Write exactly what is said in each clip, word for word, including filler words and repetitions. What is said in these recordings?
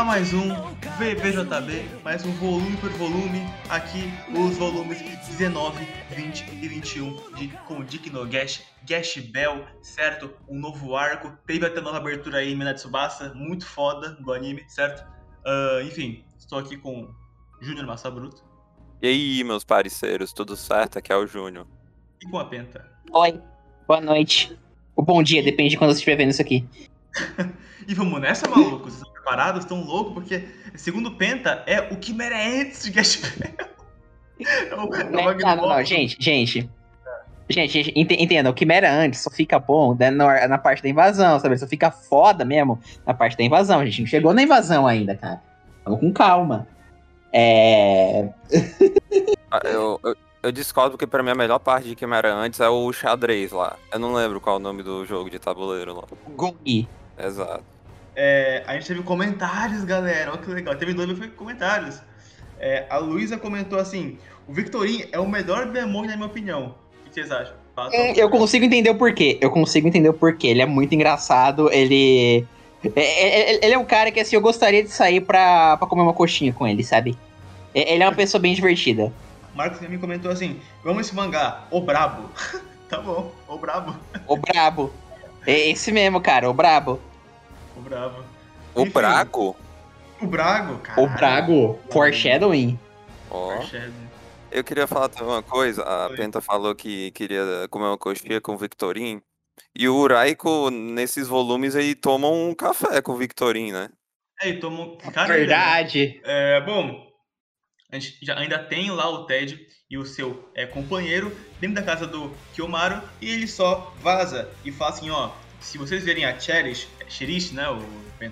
a mais um V B J B, mais um volume por volume, aqui os volumes dezenove, vinte e vinte e um de Konjiki no Gash, Gash Bell, certo? Um novo arco, teve até nova abertura aí em Mina Tsubasa, muito foda do anime, certo? Uh, enfim, estou aqui com Júnior Massa Bruto. E aí, meus parceiros, tudo certo? Aqui é o Júnior. E com a Penta. Oi, boa noite. O bom dia, depende de quando você estiver vendo isso aqui. E vamos nessa, malucos? Vocês estão preparados? Estão loucos? Porque, segundo o Penta, é o que merece de Gash Bell. É o, é o Não, não, não, não, gente, gente. Gente, gente, ent- entenda, o Quimera antes só fica bom né, na, na parte da invasão, sabe? Só fica foda mesmo na parte da invasão. A gente não chegou na invasão ainda, cara. Vamos com calma. É... Ah, Eu, eu, eu discordo porque pra mim a melhor parte de Quimera antes é o xadrez lá. Eu não lembro qual é o nome do jogo de tabuleiro lá. Gongi. Exato. É, a gente teve comentários, galera. Olha que legal. Teve dois foi comentários. É, a Luísa comentou assim: o Victorin é o melhor demônio, na minha opinião. O que vocês acham? Fala, Hum, Eu consigo entender o porquê. Eu consigo entender o porquê. Ele é muito engraçado. Ele. é- é- é- Ele é um cara que, assim, eu gostaria de sair pra, pra comer uma coxinha com ele, sabe? É- Ele é uma pessoa bem divertida. Marcos me comentou assim: vamos esse mangá, o Brabo. Tá bom, o Brabo. O Brabo. É esse mesmo, cara, o Brabo. O Brabo. O Enfim, Braco? O Brago, cara. O Brago. Foreshadowing. Ó. Eu queria falar também uma coisa. A Oi. Penta falou que queria comer uma coxinha com o Victorin. E o Raiko, nesses volumes, ele toma um café com o Victorin, né? É, e tomou. Cara, Verdade. É, bom, a gente já ainda tem lá o Ted e o seu é, companheiro dentro da casa do Kiyomaru e ele só vaza e fala assim, ó, se vocês verem a Cherish, Cherish, né, o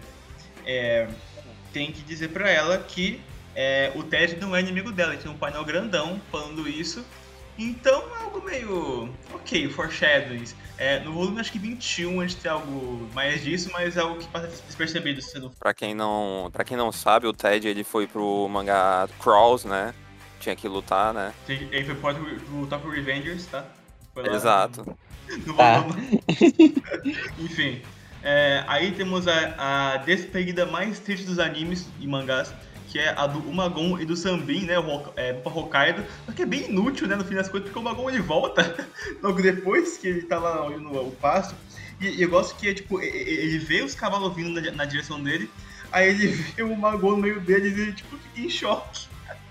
é, tem que dizer pra ela que é, o Ted não é inimigo dela, tem um painel grandão falando isso, então é algo meio, ok, foreshadowings. É, no volume acho que vinte e um a gente tem algo mais disso, mas é algo que passa despercebido se você não Pra quem não, pra quem não sabe, o Ted ele foi pro mangá Cross, né? Tinha que lutar, né? Ele foi parte do Top Revengers, tá? Foi lá Exato. No, no Tá. volume. Enfim. É, aí temos a, a despedida mais triste dos animes e mangás, que é a do Umagon e do Sanbin, né? O Hok- é, pra Hokkaido. Só que é bem inútil, né? No fim das contas, porque o Umagon ele volta logo depois que ele tá lá olhando o pasto. E, e eu gosto que, tipo, e- e- ele vê os cavalos vindo na, na direção dele, aí ele vê o Umagon no meio deles e ele, tipo, fica em choque.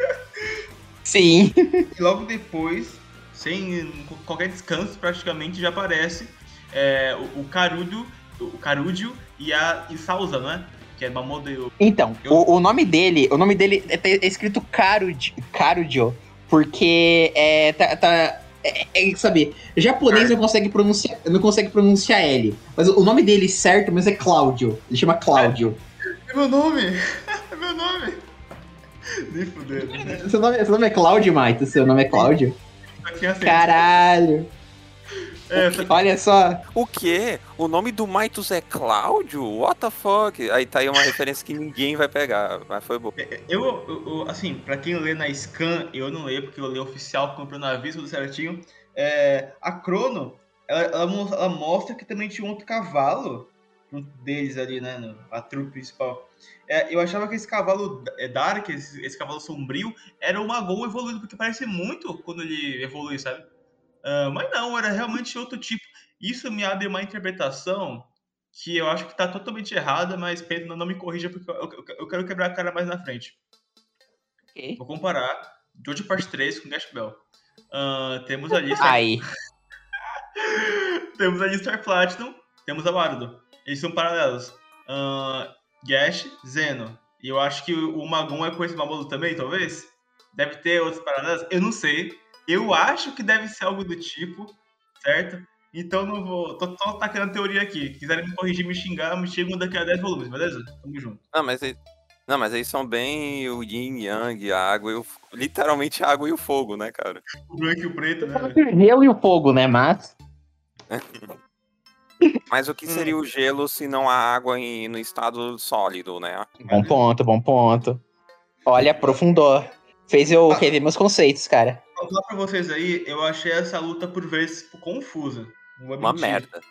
Sim. E logo depois, sem qualquer descanso, praticamente já aparece é, o, o Carudio, o Carudio e a e Sausa, não é? Que é uma modelo. Então, Eu- o, o nome dele, o nome dele é, é escrito Carudio, Carudio, porque é, tá, tá- é, é, sabe, japonês não consegue pronunciar, não consegue pronunciar L, mas o nome dele certo, mas é Cláudio. Ele chama Cláudio. É meu nome! É meu nome! Nem fudendo, né? Seu nome, seu nome é Cláudio, Maito? Seu nome é Cláudio? Só tinha assim, Caralho. é, só- Olha só. O quê? O nome do Maitos é Cláudio? What the fuck? Aí tá aí uma referência que ninguém vai pegar, mas foi bom. eu, eu- eu, assim, pra quem lê na Scan, eu não leio, porque eu leio oficial, comprando aviso, tudo certinho. É, a Crono, ela, ela mo- ela mostra que também tinha um outro cavalo, um deles ali, né, no- a trupe principal. É, eu achava que esse cavalo é, Dark, esse, esse cavalo sombrio, era o Magol evoluído, porque parece muito quando ele evolui, sabe? Ah, mas não, era realmente outro tipo. Isso me abre uma interpretação que eu acho que tá totalmente errada, mas Pedro, não, não me corrija, porque eu, eu- eu quero quebrar a cara mais na frente. Vou comparar Jojo Parte três com Gash Bell. Ah, temos ali Star, Aí. temos ali Star Platinum, temos a Marudo. Eles são paralelos. Ah, Gash, Zeno. E eu acho que o Magon é com esse Mamoru também, talvez? Deve ter outros paralelos? Eu não sei. Eu acho que deve ser algo do tipo, certo? Então não vou. Tô, tô atacando a teoria aqui. Se quiserem me corrigir, me xingar, me xingam daqui a dez volumes, beleza? Tamo junto. Não, mas aí, não, mas aí são bem o yin e yang, a água e o, literalmente a água e o fogo, né, cara? O branco e o preto, né? O gelo e o fogo, né, mas... Mas o que seria o gelo se não a água em, no estado sólido, né? Bom ponto, bom ponto. Olha, aprofundou. Fez eu Ah. rever meus conceitos, cara. Vou falar pra vocês aí, eu achei essa luta por vezes confusa. Não vou Uma mentir. merda.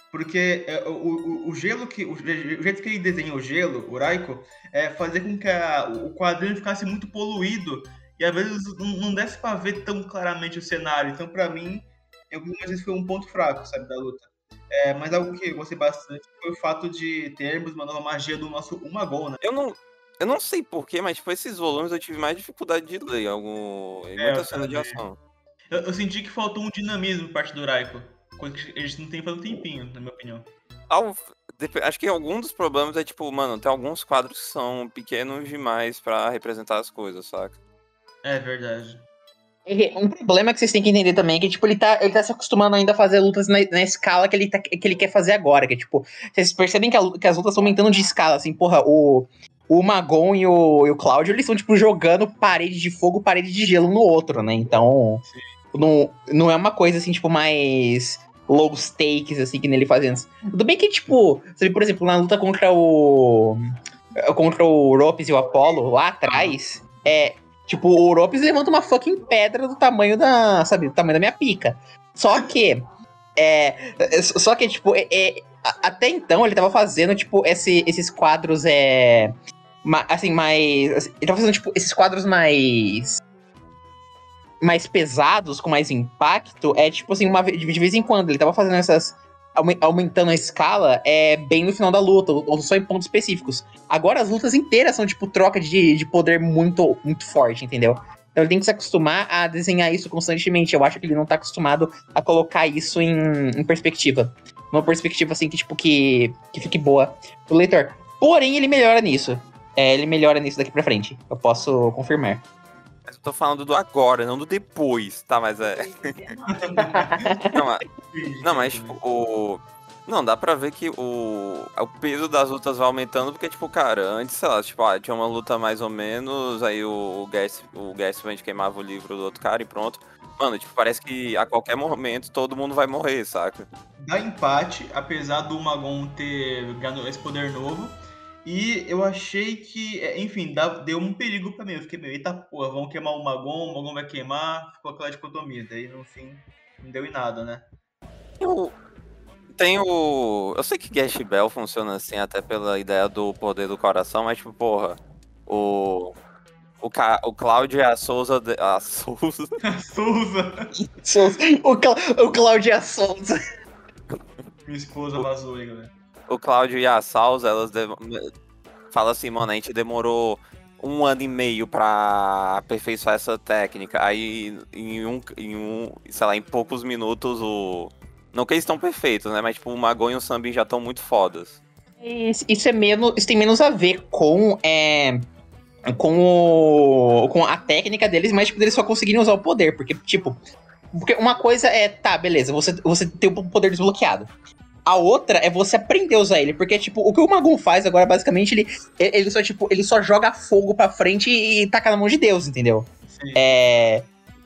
Porque é, o, o, o gelo que. O, o jeito que ele desenha o gelo, o Raiko, é fazer com que a, o quadrinho ficasse muito poluído e às vezes não, não desse pra ver tão claramente o cenário. Então, pra mim, eu algumas vezes foi um ponto fraco, sabe, da luta. É, mas algo que eu gostei bastante foi o fato de termos uma nova magia do nosso Umagon, né? Eu não, eu não sei porquê, mas tipo, esses volumes eu tive mais dificuldade de ler algum, em É, muita eu cena de também. ação. Eu, eu senti que faltou um dinamismo por parte do Raiko. Coisa que a gente não tem faz um tempinho, na minha opinião. Ao- dep- Acho que algum dos problemas é tipo, mano, tem alguns quadros que são pequenos demais pra representar as coisas, saca? É verdade. E Um problema que vocês têm que entender também é que, tipo, ele tá, ele tá se acostumando ainda a fazer lutas na, na escala que ele, tá, que ele quer fazer agora. Que, tipo, vocês percebem que, a- que as lutas estão aumentando de escala, assim, porra, o, o Magon e o, e o Cláudio, eles estão, tipo, jogando parede de fogo, parede de gelo no outro, né? Então, Sim. não, não é uma coisa, assim, tipo, mais low stakes, assim, que nele fazendo. Tudo bem que, tipo, sabe, por exemplo, na luta contra o... contra o Ropes e o Apollo, lá atrás, é... Tipo, o Ropes levanta uma fucking pedra do tamanho da, sabe, do tamanho da minha pica. Só que, é, só que, tipo, é, é, até então ele tava fazendo, tipo, esse, esses quadros, é, ma, assim, mais, assim, ele tava fazendo, tipo, esses quadros mais, mais pesados, com mais impacto, é, tipo, assim, uma, de vez em quando, ele tava fazendo essas, aumentando a escala, é, bem no final da luta, ou só em pontos específicos. Agora as lutas inteiras são, tipo, troca de, de poder muito, muito forte, entendeu? Então ele tem que se acostumar a desenhar isso constantemente. Eu acho que ele não tá acostumado a colocar isso em, em perspectiva. Uma perspectiva, assim, que, tipo, que, que fique boa pro leitor. Porém, ele melhora nisso. É, ele melhora nisso daqui pra frente. Eu posso confirmar. Mas eu tô falando do agora, não do depois, tá? Mas é. Não, mas, não, mas tipo, o. Não, dá pra ver que o, o peso das lutas vai aumentando, porque, tipo, cara, antes, sei lá, tipo, ah, tinha uma luta mais ou menos, aí o, o Gas, o Gas simplesmente queimava o livro do outro cara e pronto. Mano, tipo, parece que a qualquer momento todo mundo vai morrer, saca? Dá empate, apesar do Magon ter ganhado esse poder novo. E eu achei que, é, enfim, dá- deu um perigo pra mim. Eu fiquei meio, eita porra, vão queimar o Magon, o Magon vai queimar, ficou aquela dicotomia. Daí no fim não deu em nada, né? Eu, tem o. Eu sei que Gash Bell funciona assim, até pela ideia do poder do coração, mas, tipo, porra, o. O, Ca... o Cláudio e a Souza. De... A Souza. Souza! Souza. O, Cla o Claudia Souza. Minha esposa vazou aí, galera. O Cláudio e a Souza, elas de... falam assim, mano, a gente demorou um ano e meio pra aperfeiçoar essa técnica. Aí, em um, em um, sei lá, em poucos minutos, o. Não que eles estão perfeitos, né? Mas, tipo, o Magon e o Sambin já estão muito fodas. Isso, isso é menos. Isso tem menos a ver com. É, com o. Com a técnica deles, mas, tipo, eles só conseguirem usar o poder. Porque, tipo. Porque uma coisa é, tá, beleza, você, você tem o poder desbloqueado. A outra é você aprender a usar ele. Porque, tipo, o que o Magon faz agora, basicamente, ele, ele só, tipo, ele só joga fogo pra frente e, e taca na mão de Deus, entendeu? Sim. É.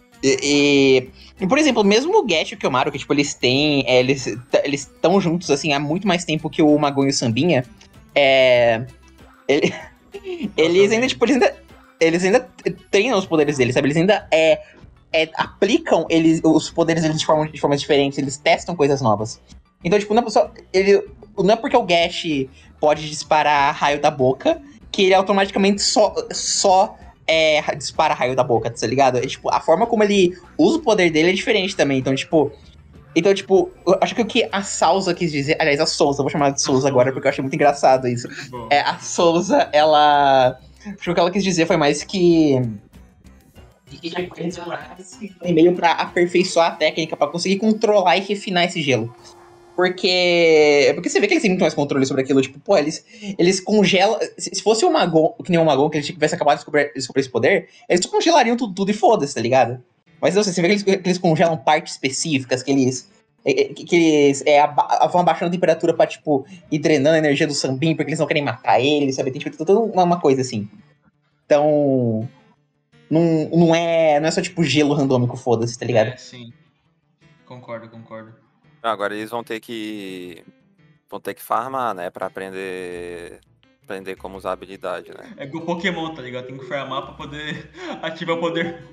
E, e, por exemplo, mesmo o Gash e o Kyomaru, que, tipo, eles têm. É, eles eles estão juntos, assim, há muito mais tempo que o Magon e o Sambinha. É. Ele, eles ainda, tipo, eles ainda. Eles ainda treinam os poderes deles, sabe? Eles ainda é, é, aplicam eles, os poderes deles de, forma, de formas diferentes, eles testam coisas novas. Então, tipo, não é, só, ele, não é porque o Gash pode disparar raio da boca que ele automaticamente só. só É, dispara raio da boca, tá ligado? É, tipo, a forma como ele usa o poder dele é diferente também. Então, tipo. Então, tipo, eu acho que o que a Souza quis dizer. Aliás, a Souza, eu vou chamar ela de Souza agora porque eu achei muito engraçado isso. Bom. É, a Souza, ela. Acho que o que ela quis dizer foi mais que. Que já eles demoraram esse e-mail pra aperfeiçoar a técnica, pra conseguir controlar e refinar esse gelo. Porque. Porque você vê que eles têm muito mais controle sobre aquilo. Tipo, pô, eles, eles congelam. Se fosse o Magon, que nem o Magon, que eles tivessem acabado de descobrir, descobrir esse poder, eles só congelariam tudo, tudo e foda-se, tá ligado? Mas não, você vê que eles, que eles congelam partes específicas, que eles. Que, que eles é, aba, vão abaixando a temperatura pra, tipo, ir drenando a energia do Sambin, porque eles não querem matar ele, sabe? Tem, tipo, toda uma, uma coisa assim. Então. Não, não, é, não é só, tipo, gelo randômico, foda-se, tá ligado? É, sim. Concordo, concordo. Agora eles vão ter que. Vão ter que farmar, né? Pra aprender. Aprender como usar a habilidade, né? É igual Pokémon, tá ligado? Tem que farmar pra poder ativar o poder.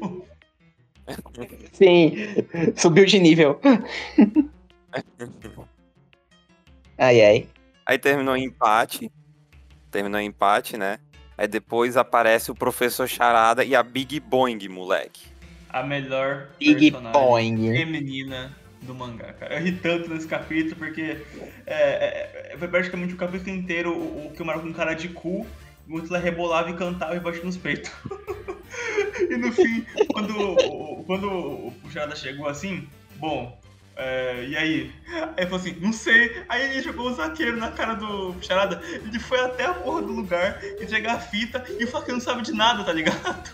Sim, subiu de nível. Ai, ai. Aí terminou em empate. Terminou em empate, né? Aí depois aparece o Professor Charada e a Big Boing, moleque. A melhor Big personagem Boing. feminina do mangá, cara. Eu ri tanto nesse capítulo, porque é, é, foi praticamente o capítulo inteiro o, o Kiyomaru com cara de cu, enquanto ela rebolava e cantava e batia nos peitos. E no fim, quando, o- quando o Charada chegou assim, bom, é, e aí? Aí ele falou assim, não sei. Aí ele jogou o zaqueiro na cara do Charada. Ele foi até a porra do lugar entregar a fita e o Faquinha não sabe de nada, tá ligado?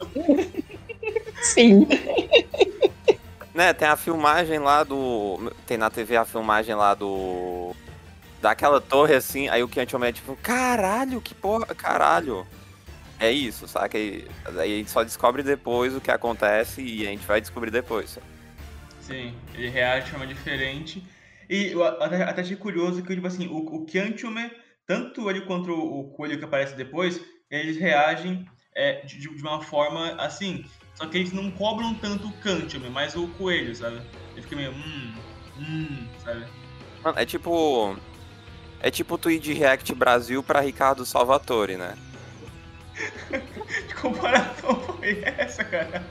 Sim. Né, tem a filmagem lá do... Tem na T V a filmagem lá do... Daquela torre assim, aí o Kiantiome é tipo, caralho, que porra, caralho. É isso, saca? Aí aí a gente só descobre depois o que acontece e a gente vai descobrir depois. Sim, ele reage de forma diferente. E eu até, até achei curioso que, tipo assim, o, o Kyanchume, tanto ele quanto o, o coelho que aparece depois, eles reagem é, de, de uma forma assim. Só que eles não cobram tanto o Kyanchume, mas o coelho, sabe? Ele fica meio, hum, hum, sabe? Mano, é tipo... É tipo o tweet de React Brasil pra Ricardo Salvatore, né? Que comparação foi essa, cara?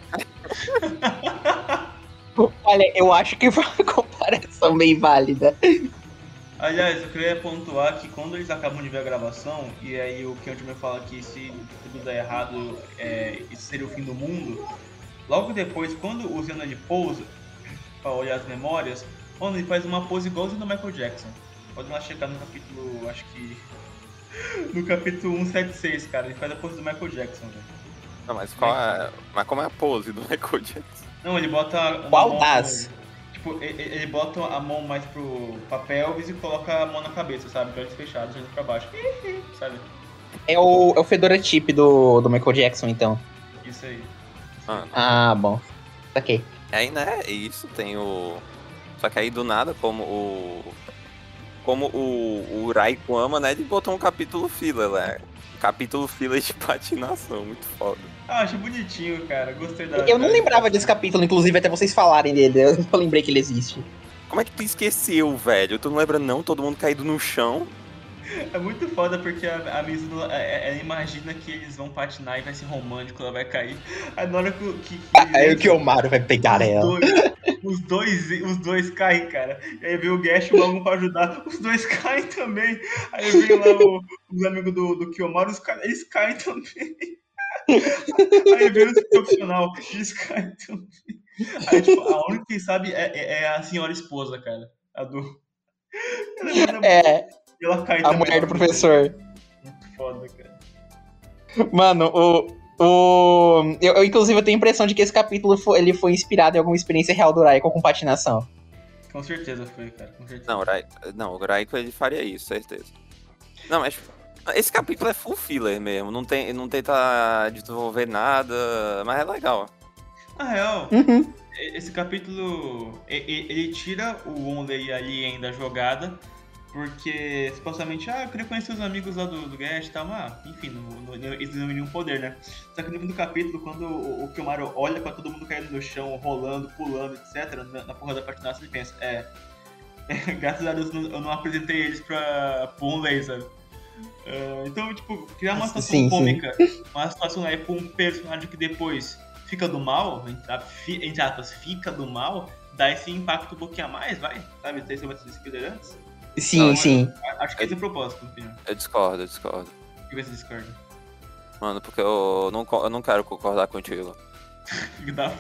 Olha, eu acho que foi uma comparação bem válida. Aliás, eu queria pontuar que quando eles acabam de ver a gravação, e aí o Kyanchume fala que se tudo der errado, é, isso seria o fim do mundo. Logo depois, quando o Xena ele pousa para olhar as memórias, mano, ele faz uma pose igualzinho do Michael Jackson. Pode lá checar no capítulo, acho que. No capítulo cento e setenta e seis, cara. Ele faz a pose do Michael Jackson, velho. Não, mas qual é... Mas como é a pose do Michael Jackson? Não, ele bota. Uma Qual mão, das? Tipo, ele, ele bota a mão mais pro pra pelvis e coloca a mão na cabeça, sabe? De olhos fechados, olhando pra baixo. Sabe? É o, é o Fedora Chip do, do Michael Jackson, então. Isso aí. Mano, Ah, bom. Ok. aí, né, é isso, tem o... Só que aí, do nada, como o... Como o, o Raiko ama, né, ele botou um capítulo filler, né? Capítulo filler de patinação, muito foda. Ah, achei bonitinho, cara. Gostei da. Eu não da- lembrava desse capítulo, inclusive, até vocês falarem dele. Eu lembrei que ele existe. Como é que tu esqueceu, velho? Tu não lembra não? Todo mundo caído no chão? É muito foda porque a, a Mizuno, ela, ela imagina que eles vão patinar e vai ser romântico, ela vai cair. Aí na hora que, que, que Aí o Kiyomaru vai pegar os ela. dois, os dois, os dois caem, cara. E aí vem o Gash e o Magun pra ajudar, os dois caem também. Aí vem lá o- os amigos do, do Kiyomaru, os caras, eles caem também. Aí vem os profissional, eles caem também. Aí, tipo, a única que sabe é, é- é a senhora esposa, cara. A do. Ela manda É, e ela cai a também. mulher do professor. Muito foda, cara. Mano, o. o eu, eu, inclusive, eu tenho a impressão de que esse capítulo foi, ele foi inspirado em alguma experiência real do Raiko com patinação. Com certeza foi, cara. Com certeza. Não, o Rai... não, o Raiko ele faria isso, certeza. Não, mas esse capítulo é full filler mesmo, não, tem, não tenta desenvolver nada, mas é legal. Na real, Uhum. esse capítulo e- e- ele tira o Onley e a Lien da jogada, porque supostamente, ah, eu queria conhecer os amigos lá do, do Gash e tal, ah, enfim, não, não, eles não nenhum poder, né? Só que no fim do capítulo, quando o, o Kiyomaru olha pra todo mundo caindo no chão, rolando, pulando, etcétera, na, na porra da patinação, ele pensa, é, é, graças a Deus eu não, eu não apresentei eles pra, pro Onley, sabe? Ah, então, tipo, criar uma situação Sim, sim. cômica, uma situação aí com um personagem que depois fica do mal, entre fi- entre aspas, fica do mal, dá esse impacto um pouquinho a mais, vai? Sabe? Ter esse momento de spoiler antes? Sim, Não, sim. a- Acho que esse é o propósito, no final. Eu discordo, eu discordo. Que vai ser discorda. Mano, porque eu não, co- eu não quero concordar contigo. Que dá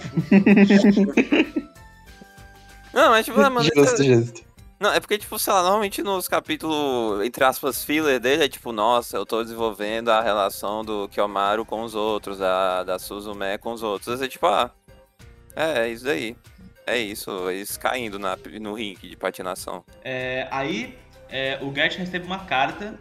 f- Não, mas tipo, mano, Justo, justo. não, é porque, tipo, sei lá, normalmente nos capítulos, entre aspas, filler dele, é tipo, nossa, eu tô desenvolvendo a relação do Kiyomaru com os outros, da, da Suzume com os outros. É tipo, ah, é, é isso daí. É isso, eles caindo na, no rink de patinação. É, aí, é, o Gash recebe uma carta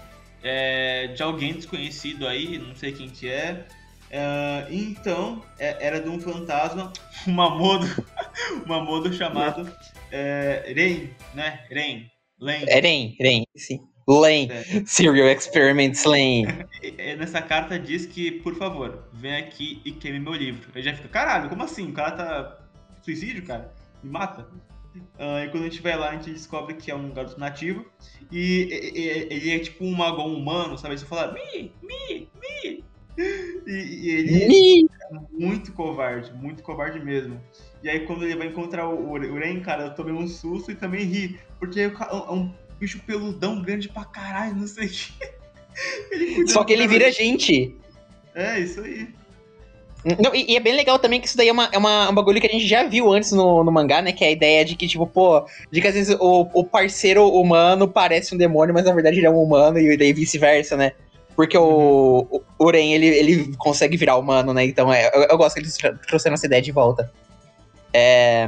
é, de alguém desconhecido aí, não sei quem que é. É, então, é, era de um fantasma, um Mamodo, um Mamodo chamado é, Ren, né? Ren. Len. Eren, Eren, sim. Lane. É. Serial Experiments Lane. E- e nessa carta diz que, por favor, vem aqui e queime meu livro. Aí já fica, caralho, como assim? O cara tá. Suicídio, cara? Me mata. Uh, e quando a gente vai lá, a gente descobre que é um garoto nativo. E, e- e- ele é tipo um mago humano, sabe? Você fala, mi, mi, mi. E, e ele Ih, é muito covarde, muito covarde mesmo. E aí quando ele vai encontrar o, o Ren, cara, eu tomei um susto e também ri. Porque é um bicho peludão grande pra caralho, não sei o que. Ele Só cuidando que ele dela. vira gente. É, isso aí. Não, e, e é bem legal também que isso daí é, uma, é uma, um bagulho que a gente já viu antes no, no mangá, né? Que é a ideia de que, tipo, pô, de que às vezes o, o parceiro humano parece um demônio, mas na verdade ele é um humano, e daí vice-versa, né? Porque o, o, o Ren, ele, ele consegue virar humano, né? Então é, eu, eu gosto que eles tra- trouxeram essa ideia de volta. É.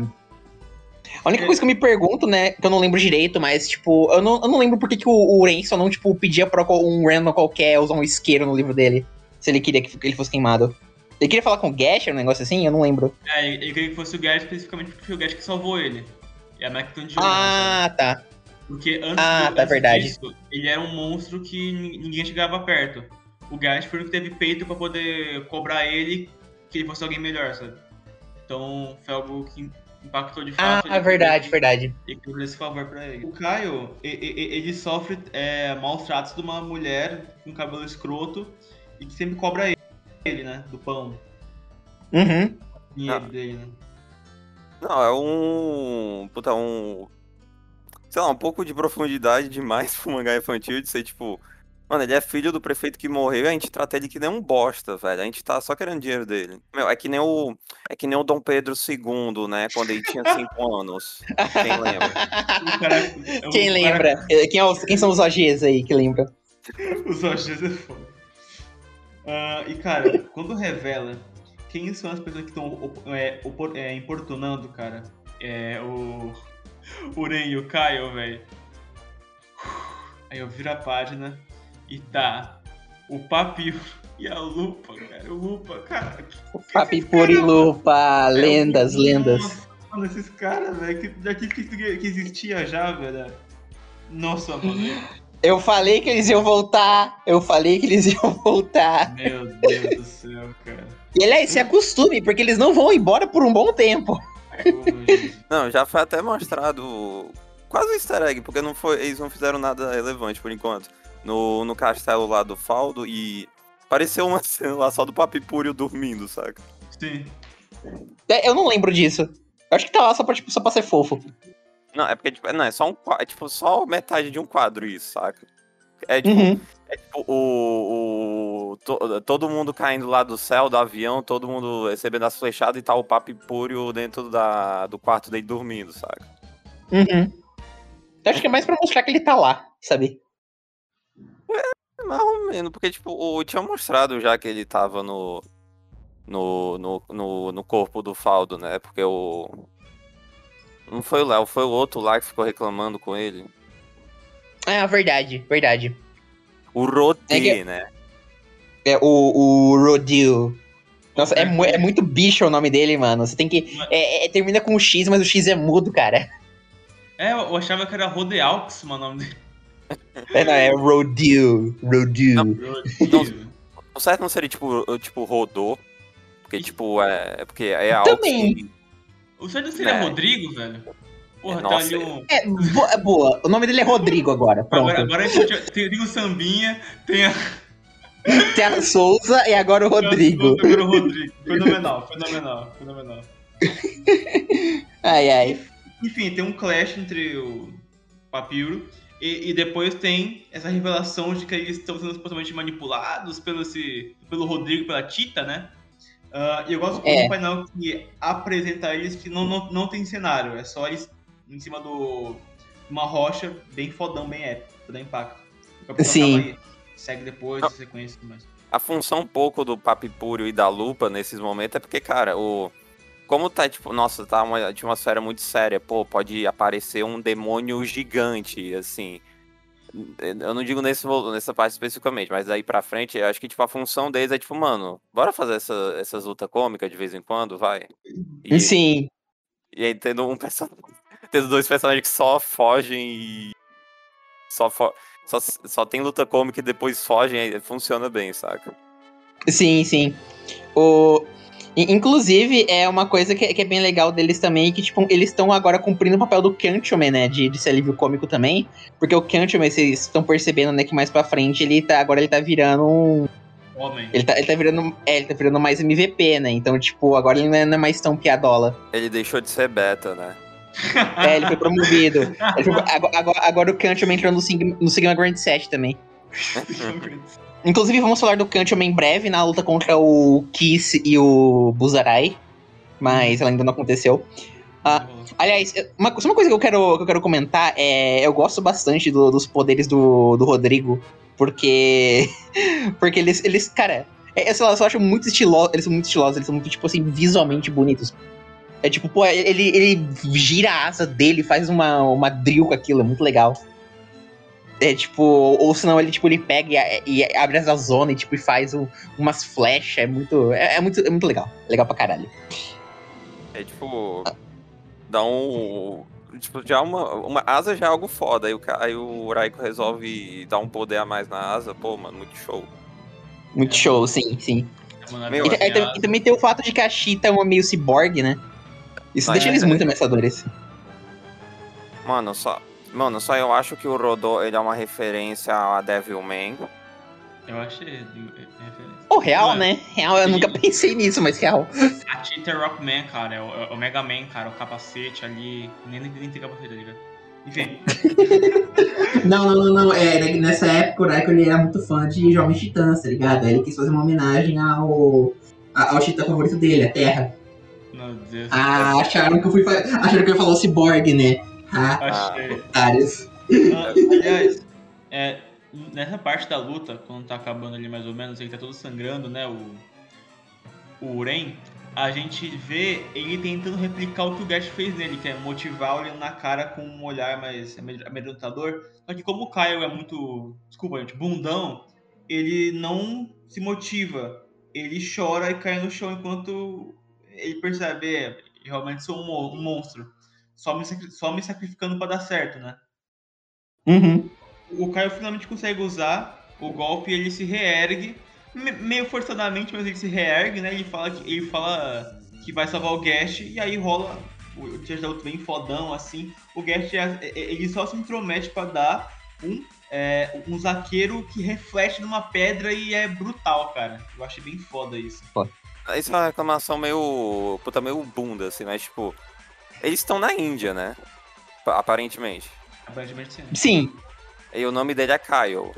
A única É. coisa que eu me pergunto, né, que eu não lembro direito, mas, tipo, eu não, eu não lembro por que, que o, o Ren só não, tipo, pedia pra um random qualquer usar um isqueiro no livro dele, se ele queria que ele fosse queimado. Ele queria falar com o Gash, um negócio assim? Eu não lembro. É, ele queria que fosse o Garrett especificamente porque foi o Garrett que salvou ele. E a Mac de olho, Ah, tá. Porque antes, Ah, do, tá, antes verdade. disso, ele era um monstro que nin- ninguém chegava perto. O Garrett foi o que teve peito pra poder cobrar ele que ele fosse alguém melhor, sabe? Então foi algo que impactou de Ah, fato. ele verdade, queria- verdade. Ele queria esse favor pra ele. O Caio, e- e- ele sofre é, maus tratos de uma mulher com cabelo escroto e que sempre cobra ele, ele, né? Do pão. Uhum. Dinheiro Ah. dele, né? Não, é um. Puta, um. Sei lá, um pouco de profundidade demais pro mangá infantil de ser tipo. Mano, ele é filho do prefeito que morreu e a gente trata ele que nem um bosta, velho. A gente tá só querendo dinheiro dele. Meu, é que nem o. É que nem o Dom Pedro segundo, né? Quando ele tinha cinco anos. Quem lembra? O cara, é Quem o lembra? cara, Quem, é os- quem são os O Gs aí que lembra? os Oshis é foda. Ah, e cara, quando revela quem são as pessoas que estão é, opor- é, importunando, cara, é o o Ren e o Caio, velho. Aí eu viro a página e tá o Papio e a Lupa, cara. O Lupa, cara. que- que Papi esses Puri caras, Lupa, velho? lendas, lendas. Nossa, mano, esses caras, velho, que já que, que, que existia já, velho. Nossa, mano. Eu falei que eles iam voltar. Eu falei que eles iam voltar. Meu Deus do céu, cara. E aliás, se acostume, porque eles não vão embora por um bom tempo. Ô, gente. Não, já foi até mostrado quase um easter egg, porque não foi, eles não fizeram nada relevante por enquanto. No, no castelo lá do Faldo e pareceu uma cena lá só do Papipúrio dormindo, saca? Sim. É, eu não lembro disso. Eu acho que tá lá só pra, tipo, só pra ser fofo. Não, é porque tipo, não, é só um qua- é tipo só metade de um quadro isso, saca? É tipo, Uhum. é tipo o, o to- todo mundo caindo lá do céu, do avião, todo mundo recebendo as flechadas e tá o Papipúrio dentro da, do quarto dele dormindo, saca? Uhum. Eu acho que é mais pra mostrar que ele tá lá, sabe? Mais ou menos, porque tipo, o, tinha mostrado já que ele tava no, no, no, no, no corpo do Faldo, né? Porque o. Não foi o Léo, foi o outro lá que ficou reclamando com ele. Ah, verdade, verdade. O Rodê, É que- né? É o, o Rodil. Nossa, é, mu- é muito bicho o nome dele, mano. Você tem que. É, é- termina com o X, mas o X é mudo, cara. É, eu achava que era Rodeaux, mano, o nome dele. É, não, é Rodil. Rodil. O certo não seria tipo, o- tipo Rodô. Porque, tipo, é. Porque é algo Também. que. O certo seria Né. Rodrigo, velho? Porra, É, tá nossa, ali um. É, bo- é boa. O nome dele é Rodrigo agora. Pronto. Agora, agora a gente tem, tem o Sambinha, tem a. Tem a Souza e agora o Rodrigo. Agora o Rodrigo. Fenomenal, fenomenal, fenomenal. Ai, ai. Enfim, tem um clash entre o Papiro e, e depois tem essa revelação de que eles estão sendo supostamente manipulados pelo, esse, pelo Rodrigo, pela Tita, né? Ah, e eu gosto É. do painel que apresenta eles que não, não, não tem cenário, é só eles em cima do uma rocha bem fodão, bem épico, pra dar impacto. O capitão Sim. acaba aí, segue depois, Não. sequência e tudo mais. A função um pouco do Papipúrio e da Lupa nesses momentos é porque, cara, o. Como tá, tipo, nossa, tá uma atmosfera muito séria, pô, pode aparecer um demônio gigante, assim. Eu não digo nesse, vo- nessa parte especificamente, mas daí pra frente, eu acho que, tipo, a função deles é, tipo, mano, bora fazer essa, essas lutas cômicas de vez em quando, vai? E, Sim. e aí tendo um personagem, tendo dois personagens que só fogem e só, fo- só, só tem luta cômica e depois fogem, aí funciona bem, saca? Sim, sim. O... Inclusive, é uma coisa que, que é bem legal deles também, que, tipo, eles estão agora cumprindo o papel do Kanchoman, né, de, de ser alívio cômico também, porque o Kanchoman, vocês estão percebendo, né, que mais pra frente, ele tá, agora ele tá virando um... Homem. Ele tá, ele tá virando, é, ele tá virando mais M V P, né, então, tipo, agora ele não é, não é mais tão piadola. Ele deixou de ser beta, né? É, ele foi promovido. Ele foi, agora, agora, agora o Kanchoman entrou no Sigma, no Sigma Grand Set também. Inclusive, vamos falar do Kanchoman em breve, na luta contra o Kiss e o Buzarai. Mas ela ainda não aconteceu. Ah, aliás, uma, uma coisa que eu quero, que eu quero comentar é... Eu gosto bastante do, dos poderes do, do Rodrigo. Porque... Porque eles, eles cara... É, sei lá, eu só acho muito estilosos. Eles são muito estilosos, eles são muito, tipo assim, visualmente bonitos. É tipo, pô, ele, ele gira a asa dele, faz uma, uma drill com aquilo, é muito legal. É tipo, ou senão ele, tipo, ele pega e, e abre essa zona e, tipo, e faz um, umas flechas, é muito, é, é, muito, é muito legal, legal pra caralho. É tipo, dá um, tipo, já uma, uma asa já é algo foda, aí o, aí o Raiko resolve dar um poder a mais na asa, pô, mano, muito show. Muito É, show, sim, sim. É E, e, e também tem o fato de que a Cheetah é uma meio ciborgue, né? Isso Ah, deixa é, eles é. muito ameaçadores. Mano, só, mano, só eu acho que o Rodô, ele é uma referência a Devilman. Eu achei referência. Oh, real, Não, né? Real, eu sim. nunca pensei nisso, mas real. A Cheetah é Rockman, cara, é o, é o Mega Man, cara, o capacete ali, nem, nem, nem tem capacete, tá ligado? Enfim. Não, não, não, não. É, nessa época o Raiko ele era muito fã de Jovens Titãs, tá ligado? Aí ele quis fazer uma homenagem ao, ao Titã favorito dele, a Terra. Meu Deus. Ah, acharam que eu fui fa- acharam que eu ia falar o Cyborg, né? Ah, Achei. otários. Ah, aliás, é, nessa parte da luta, quando tá acabando ali mais ou menos, ele tá todo sangrando, né, o, o Uren, a gente vê ele tentando replicar o que o Gash fez nele, que é motivar olhando na cara com um olhar mais amedrontador. Só que como o Kyle é muito, desculpa gente, bundão, ele não se motiva. Ele chora e cai no chão enquanto ele percebe, é, realmente sou um, um monstro. Só me, só me sacrificando pra dar certo, né? Uhum. O Caio finalmente consegue usar o golpe e ele se reergue, me- meio forçadamente, mas ele se reergue, né? Ele fala que, ele fala que vai salvar o Gash e aí rola o Tias da luta bem fodão, assim. O Gash, ele só se intromete pra dar um, é, um zaqueiro que reflete numa pedra e é brutal, cara. Eu achei bem foda isso. Isso é uma reclamação meio, puta, meio bunda, assim, mas tipo, eles estão na Índia, né? Aparentemente. Aparentemente sim. Sim. E o nome dele é Kyle.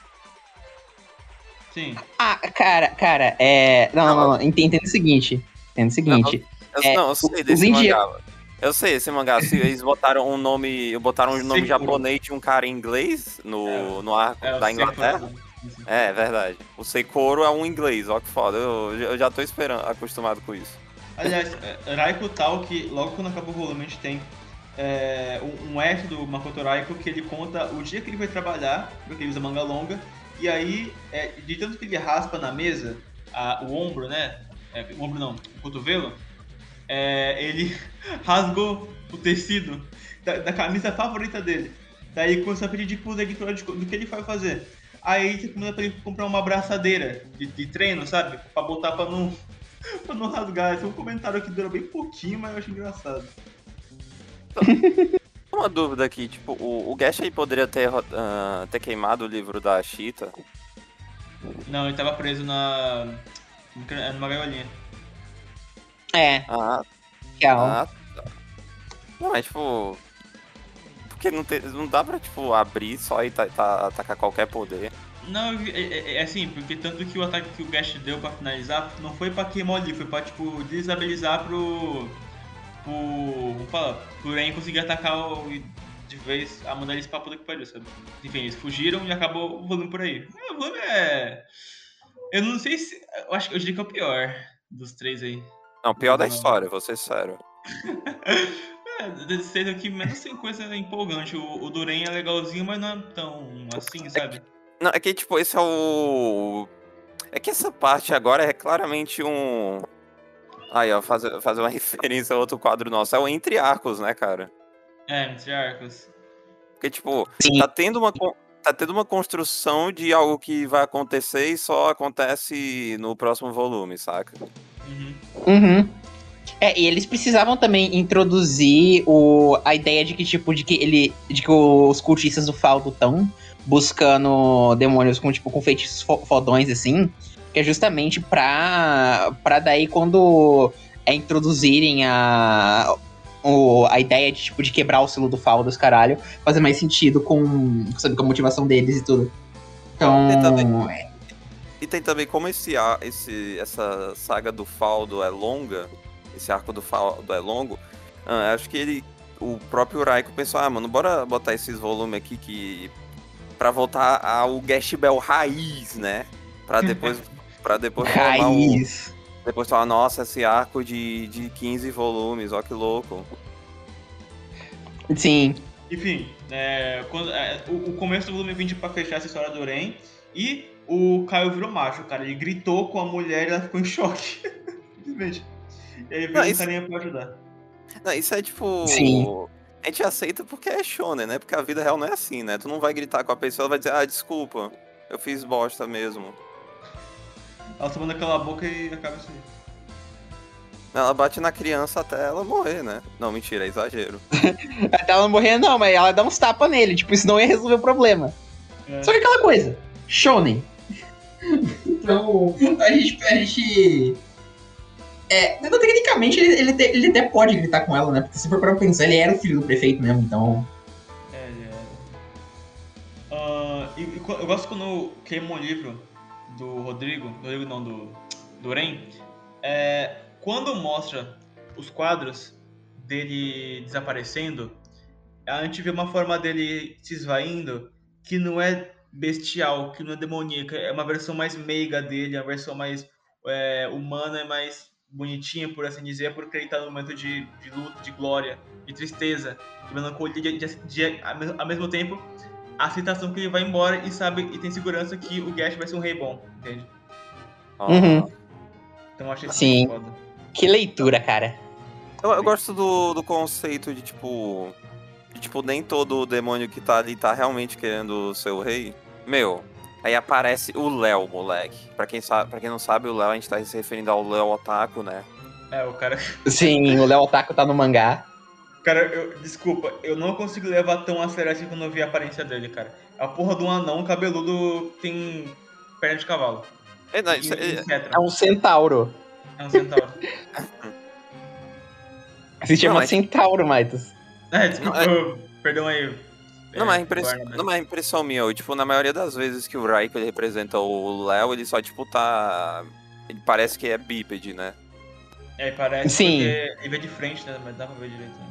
Sim. Ah, cara, cara, é... Não, não, não, não. Entenda o seguinte. Entenda o seguinte. Eu, É, não, eu sei os desse indi- mangá. Eu sei esse mangá. Se eles botaram um nome. Botaram um nome Sekiro. japonês de um cara em inglês no, no arco É, o da Inglaterra. Sekiro. Sim. É, verdade. O Seikoro é um inglês, ó que foda. Eu, eu já tô esperando, acostumado com isso. Aliás, é, Raiko Tal, que logo quando acaba o volume a gente tem é, um, um F do Makoto Raiko que ele conta o dia que ele vai trabalhar, porque ele usa manga longa, e aí, é, de tanto que ele raspa na mesa, a- o ombro, né? É, o ombro não, o cotovelo, é, ele rasgou o tecido da, da camisa favorita dele. Daí ele começou a pedir de coisa do que ele vai fazer. Aí você começa pra ele comprar uma abraçadeira de, de treino, sabe? Pra botar pra não, pra não rasgar. Esse é um comentário que dura bem pouquinho, mas eu acho engraçado. Uma dúvida aqui, tipo, o, o Gash aí poderia ter, ah, ter queimado o livro da Cheetah? Não, ele tava preso na. numa gaiolinha. É, Ah, real. ah, tá. Não, mas tipo. Porque não, tem, não dá pra, tipo, abrir só e tá, tá, atacar qualquer poder. Não, é, é- é assim, porque tanto que o ataque que o Gash deu pra finalizar não foi pra queimar o livro, foi pra, tipo, desestabilizar pro. pro. Vamos falar, pro Ren conseguir atacar o, e de vez a mandar eles pra puta que pariu, sabe? Enfim, eles fugiram e acabou o volume por aí. É, o volume é. Eu não sei se. Eu acho que eu diria que é o pior dos três aí. Não, pior da Não. história, vou ser sério. É, desses três aqui, menos tem coisa empolgante. O, o Duren é legalzinho, mas não é tão assim, sabe? Não, é que, tipo, esse é o... É que essa parte agora é claramente um... Aí, ó, fazer, fazer uma referência a outro quadro nosso. É o Entre Arcos, né, cara? É, entre arcos. Porque, tipo, Sim. tá tendo uma... con- Tá tendo uma construção de algo que vai acontecer e só acontece no próximo volume, saca? Uhum. Uhum. É, e eles precisavam também introduzir o, a ideia de que, tipo, de que ele. De que os cultistas do Faldo estão buscando demônios com, tipo, com feitiços fo- fodões, assim. Que é justamente pra. pra daí quando é introduzirem a. O, a ideia de, tipo, de quebrar o selo do Faldo, os caralho, fazer mais sentido com, sabe, com a motivação deles e tudo. Então. Tem também, e tem também como esse, ar- esse, essa saga do Faldo é longa, esse arco do Faldo é longo, ah, acho que ele, o próprio Raiko pensou, ah, mano, bora botar esses volumes aqui que pra voltar ao Gash Bell raiz, né? Pra depois, pra depois formar o... Raiz. Depois falar, nossa, esse arco de, de quinze volumes, ó que louco. Sim. Enfim, é, quando, é, o, o começo do volume vinte pra fechar essa história do Ren. E o Caio virou macho, cara. Ele gritou com a mulher e ela ficou em choque. Simplesmente. E aí veio Não, um isso- carinha pra ajudar. Não, isso é tipo... Sim. A gente aceita porque é shonen, né? Porque a vida real não é assim, né? Tu não vai gritar com a pessoa, ela vai dizer, ah, desculpa, eu fiz bosta mesmo. Ela só manda calar a boca e acaba isso aí. Ela bate na criança até ela morrer, né? Não, mentira, é exagero. Até ela não morrer, não, mas ela dá uns tapas nele. Tipo, isso não ia resolver o problema. É. Só que aquela coisa, shonen. Então, a gente. A gente é, então, tecnicamente, ele, ele, te- ele até pode gritar com ela, né? Porque se for pra pensar, ele era o filho do prefeito mesmo, então. É, ele é. Ah, e, e eu gosto quando queima um livro do Rodrigo, do Rodrigo não, do, do Ren, é, quando mostra os quadros dele desaparecendo, a gente vê uma forma dele se esvaindo que não é bestial, que não é demoníaca, é uma versão mais meiga dele, uma versão mais é, humana, é mais bonitinha, por assim dizer, porque ele tá num momento de, de luta, de glória, de tristeza, de melancolia, de, de, de, ao mesmo tempo a aceitação que ele vai embora e sabe e tem segurança que o Gash vai ser um rei bom, entende? Ah, Uhum. Então eu achei isso Sim. muito foda. Que leitura, cara. Eu, eu gosto do, do conceito de, tipo... De, tipo, nem todo demônio que tá ali tá realmente querendo ser o rei. Meu, aí aparece o Léo, moleque. Pra quem, sabe, pra quem não sabe, o Léo, a gente tá se referindo ao Léo Otaku, né? É, o cara. Sim, o Léo Otaku tá no mangá. Cara, eu, desculpa, eu não consigo levar tão a sério assim quando eu vi a aparência dele, cara. A porra de um anão cabeludo tem perna de cavalo. É, não, E, isso e é- cetra. É um centauro. É um centauro. Se chama Não, mas- centauro, Maitos. É, desculpa, Não, perdão aí. Não, é, mas é impress... Barnabas. não, mas é impressão minha. Eu, tipo, na maioria das vezes que o Raiko ele representa o Léo, ele só, tipo, tá... Ele parece que é bípede, né? É, parece Sim. porque ele vê de frente, né? Mas dá pra ver direito. Né?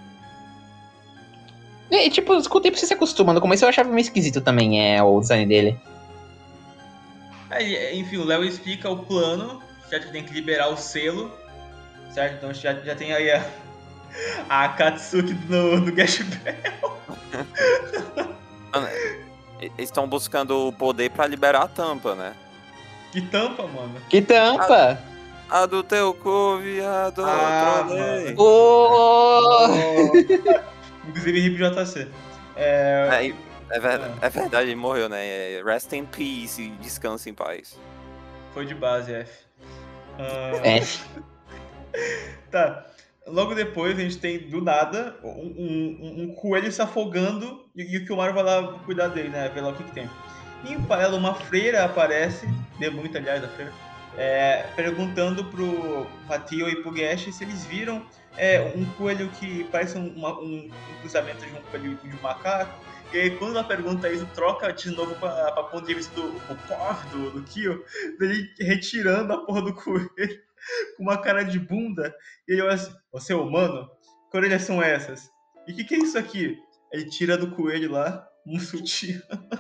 E, tipo, com o tempo você se acostuma. No começo eu achava meio esquisito também, é, o design dele. É, e, enfim, o Léo explica o plano, certo? Que tem que liberar o selo, certo? Então já, já tem aí a, a Akatsuki no, no Gash Bell. Mano, Eles estão buscando o poder pra liberar a tampa, né? Que tampa, mano. Que tampa! A do teu cu, viado, Ah, trolei. Ô! Inclusive hip J C. É, É, é, verdade, é verdade, ele morreu, né? É, Rest in peace, descanse em paz. foi de base, F. Ah, É. Tá. Logo depois a gente tem, do nada, um, um- um- um coelho se afogando e, e o Kiyomaru vai lá cuidar dele, né? Ver lá o que, que tem. E em paralelo, uma freira aparece, deu muito, aliás, da freira, é, perguntando pro Hatio e pro Gash se eles viram é, um coelho que parece um, uma- um- um cruzamento de um coelho e de um macaco. E aí, quando ela pergunta isso, troca de novo pra, pra ponto de vista do o Pov, do, do Kyo, dele retirando a porra do coelho com uma cara de bunda. E ele olha assim, você é humano? Que orelhas são essas? E o que, que é isso aqui? Ele tira do coelho lá um sutiã.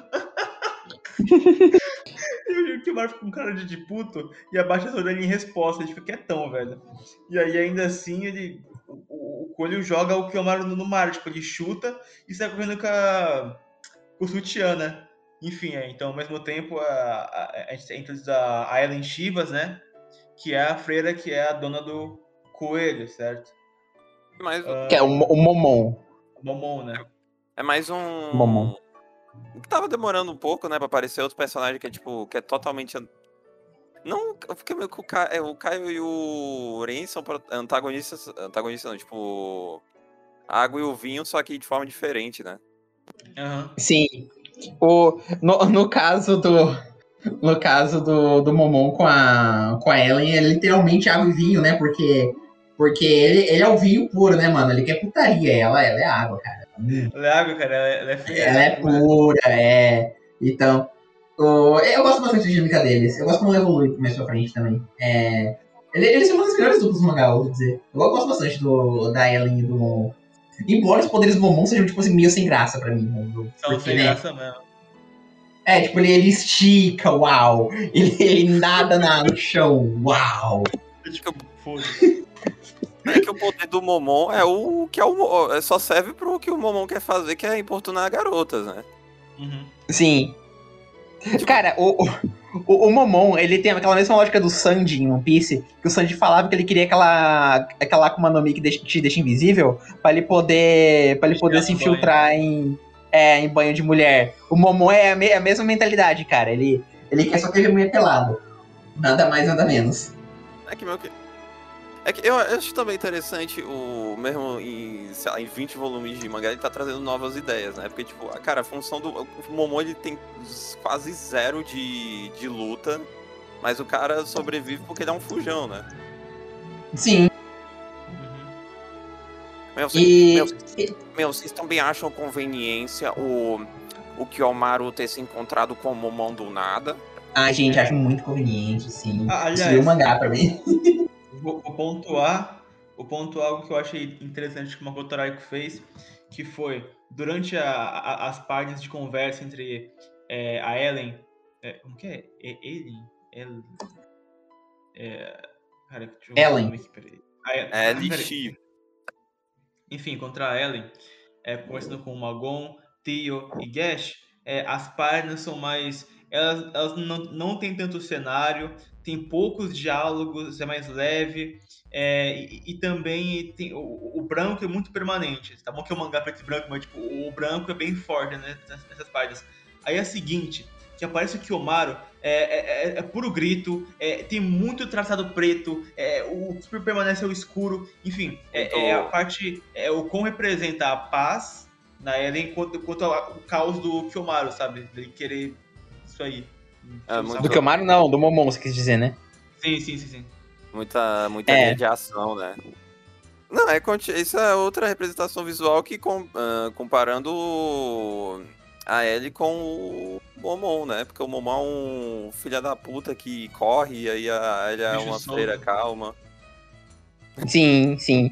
E o Kiyomaru fica com cara de, de puto e abaixa as orelhas em resposta. Ele fica quietão, velho. E aí, ainda assim, ele... O, o, o coelho joga o Kiyomaru no, no mar. Tipo, ele chuta e sai correndo com, a, com o sutiã, né? Enfim, é, então, ao mesmo tempo, a, a, a gente tem a Aileen Chivas, né? Que é a freira que é a dona do coelho, certo? Mas Que é o, Mo- o Momon. Momon, né? é mais um... Momon. O que tava demorando um pouco, né, pra aparecer outro personagem que é, tipo, que é totalmente... Não, porque meio que o Caio, o Caio e o Ren são antagonistas. Antagonistas não, tipo. A água e o vinho, só que de forma diferente, né? Aham. Sim. O, no, no caso do. No caso do, do Momon com a, com a Ellen, é literalmente água e vinho, né? Porque, porque ele, ele é o vinho puro, né, mano? Ele quer putaria, ela, ela é água, cara. Hum. Ela é água, cara, ela é, ela é fria. Ela é pura, é. Então. O, eu gosto bastante da dinâmica deles. Eu gosto como ela evolui mais pra frente também. É, ele- eles são uma das melhores duplas do mangá, eu vou dizer. Eu gosto bastante do, da Ellen e do Momon. Embora os poderes do Momon sejam, tipo assim, meio sem graça pra mim. né? São Porque, sem né? graça mesmo. É, tipo, ele, ele estica, uau. Ele, ele nada na, no chão, uau. Tipo, foda-se. É que o poder do Momon é o que é o. é- Só serve pro que o Momon quer fazer, que é importunar garotas, né? Uhum. Sim. Cara, o, o, o, o Momon, ele tem aquela mesma lógica do Sanji em One Piece, que o Sanji falava que ele queria aquela, aquela Akuma no Mi que deixa, que te deixa invisível, pra ele poder, pra ele poder se no infiltrar em, é, em banho de mulher. O Momon é a, me- a mesma mentalidade, cara. Ele, ele quer só ter ver mulher pelada. Nada mais, nada menos. É que meio que. É que eu acho também interessante o mesmo em, sei lá, em vinte volumes de mangá ele tá trazendo novas ideias, né? Porque, tipo, cara, a função do. O Momon ele tem quase zero de, de luta, mas o cara sobrevive porque ele é um fujão, né? Sim. Uhum. Meu, vocês, E. meu, meu, vocês também acham conveniência o, o Kiyomaru ter se encontrado com o Momon do nada? Ah, gente, acho muito conveniente, sim. Ah, Isso aliás, deu mangá pra mim. Vou, vou pontuar, vou pontuar algo que eu achei interessante que o Makoto Raiko fez, que foi, durante a- a- as páginas de conversa entre é, a Ellen... é, como que é? É Ellen? Ellen? É, cara, deixa eu ver o Ellen. nome aqui, peraí. A El- É ah, peraí. lixi. Enfim, contra a Ellen, é, conversando com o Magon, Tio e Gash, é, as páginas são mais... Elas, elas não, não tem tanto cenário, tem poucos diálogos, é mais leve, é, e, e também tem, o, o branco é muito permanente. Tá bom que é um mangá preto e branco, mas tipo, o branco é bem forte, né, nessas, nessas páginas. Aí é a seguinte, que aparece o Kiyomaru, é, é, é, é puro grito, é, tem muito traçado preto, é, o que super permanece é o escuro, enfim, é, Muito- é a parte, é o como representa a paz na Ellen quanto, quanto ao o caos do Kiyomaru, sabe? Ele querer isso aí. É, muito- Do Kiyomaru não, do Momon, você quis dizer, né? Sim, sim, sim, sim. Muita, muita É. linha de ação, né? Não, é, conti- isso é outra representação visual que com- ah, comparando o- a Ellie com o Momon, né? Porque o Momon é um filho da puta que corre e aí a Ellie é Bicho uma solto. freira calma. Sim, sim.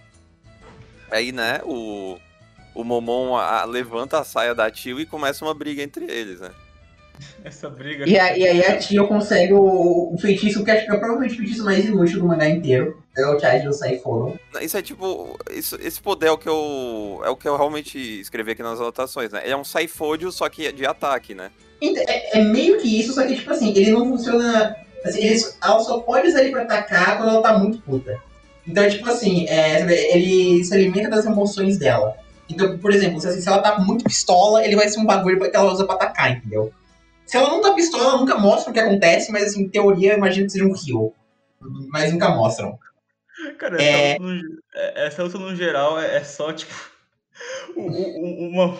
Aí, né, o, o Momon a- levanta a saia da Tio e começa uma briga entre eles, né? Essa briga. E, a- e aí a Tio consegue o, o feitiço que acho que é provavelmente o feitiço mais inútil do mangá inteiro. É o Charge do Saiforo. Isso é tipo. Isso, esse poder é o que eu. É o que eu realmente escrevi aqui nas anotações, né? Ele é um Saifódio, só que de ataque, né? Então, É, é meio que isso, só que tipo assim, ele não funciona. Assim, ele, ela só pode usar ele pra atacar quando ela tá muito puta. Então, tipo assim, é, sabe, ele se alimenta das emoções dela. Então, por exemplo, se, assim, se ela tá muito pistola, ele vai ser um bagulho que ela usa pra atacar, entendeu? Se ela não tá pistola, ela nunca mostra o que acontece, mas assim, em teoria, eu imagino que seja um heal. Mas nunca mostram. Cara, É. essa, luta no, é- essa luta no geral é, é só, tipo, o- o- o- uma...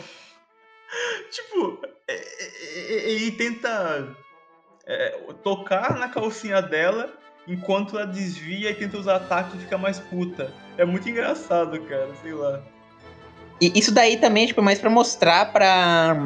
Tipo, é- é- é- ele tenta é, tocar na calcinha dela enquanto ela desvia e tenta usar ataque e fica mais puta. É muito engraçado, cara, sei lá. E isso daí também, tipo, é mais pra mostrar pra.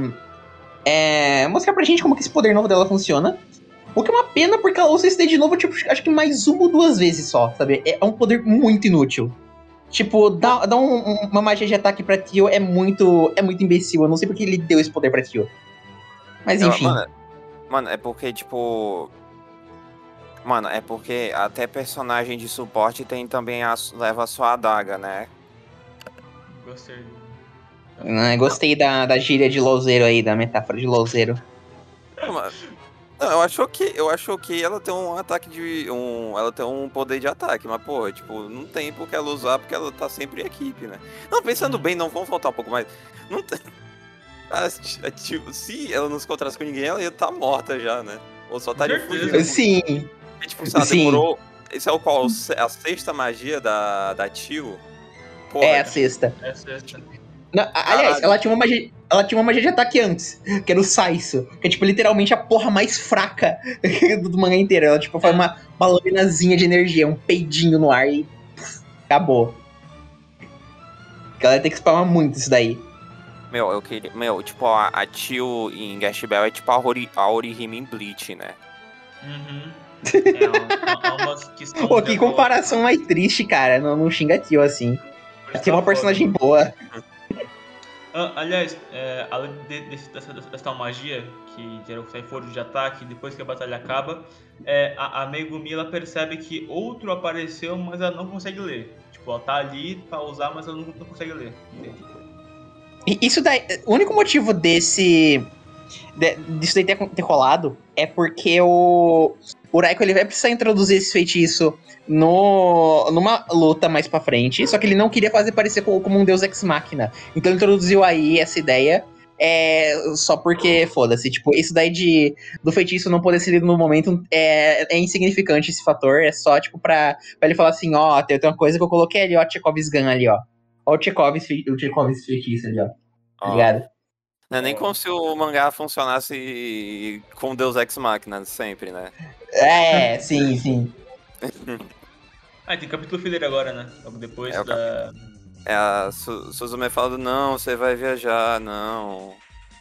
É, mostrar pra gente como que esse poder novo dela funciona. O que é uma pena, porque ela usa esse daí de novo, tipo, acho que mais uma ou duas vezes só, sabe? É um poder muito inútil. Tipo, dar dá um- um- uma magia de ataque pra Tio é muito, é muito imbecil. Eu não sei porque ele deu esse poder pra Tio. Mas Ela- enfim. Mano, mano, é porque, tipo. Mano, é porque até personagem de suporte tem também a, leva a sua adaga, né? Gostei. Ah, gostei da, da gíria de louzeiro aí, da metáfora de louzeiro. Não, mas- não, eu acho que eu acho que ela tem um ataque de um, ela tem um poder de ataque, mas porra, tipo, não tem por que ela usar porque ela tá sempre em equipe, né? Não, pensando bem, não vamos voltar um pouco mais. Não tem. Ah, tipo, se ela não se encontrasse com ninguém, ela ia estar morta já, né? Ou só estaria Com certeza. fugindo. Sim. É, tipo, sei lá, Sim. demorou... Esse é o qual? A sexta magia da, da Tio? Porra, É a sexta. É sexta. Não, a- aliás, Caralho. ela tinha, uma magia, ela tinha uma magia de ataque antes, que era o Saiso, que é tipo literalmente a porra mais fraca do, do mangá inteiro. Ela tipo faz uma, uma laminazinha de energia, um peidinho no ar e pff, acabou. Ela ia ter que spamar muito isso daí. Meu, eu queria... Meu, tipo, a, a Tio em Gash Bell é tipo a, Ori, a Orihime em Bleach, né? Uhum. É uma, uma, umas que são Pô, que de comparação mais triste, cara. Não, não xinga a Tio assim. A Tio é uma personagem boa. Ah, aliás, é, além de, de, dessa, dessa magia, que gera o sai foro de ataque depois que a batalha acaba, é, a, a Megumi ela percebe que outro apareceu, mas ela não consegue ler. Tipo, ela tá ali pra usar, mas ela não, não consegue ler. Entende? E isso daí, o único motivo desse. De, disso daí ter, ter rolado é porque o. O Raiko ele vai precisar introduzir esse feitiço no, numa luta mais pra frente, só que ele não queria fazer parecer como, como um deus ex-máquina. Então ele introduziu aí essa ideia. É, só porque, foda-se, tipo, isso daí de, do feitiço não poder ser lido no momento é, é insignificante esse fator, é só, tipo, pra, pra ele falar assim, ó, tem, tem uma coisa que eu coloquei ali, ó, Chekhov's Gun ali, ó. Ó o Chekhov's, fe- o Chekhov's feitiço ali, ó, tá Ó, ligado? não é nem como se o mangá funcionasse com Deus Ex Machina sempre, né? É, sim, sim. Ah, tem capítulo filler agora, né? Logo depois É o da. É a Su Suzume falando, não, você vai viajar, não.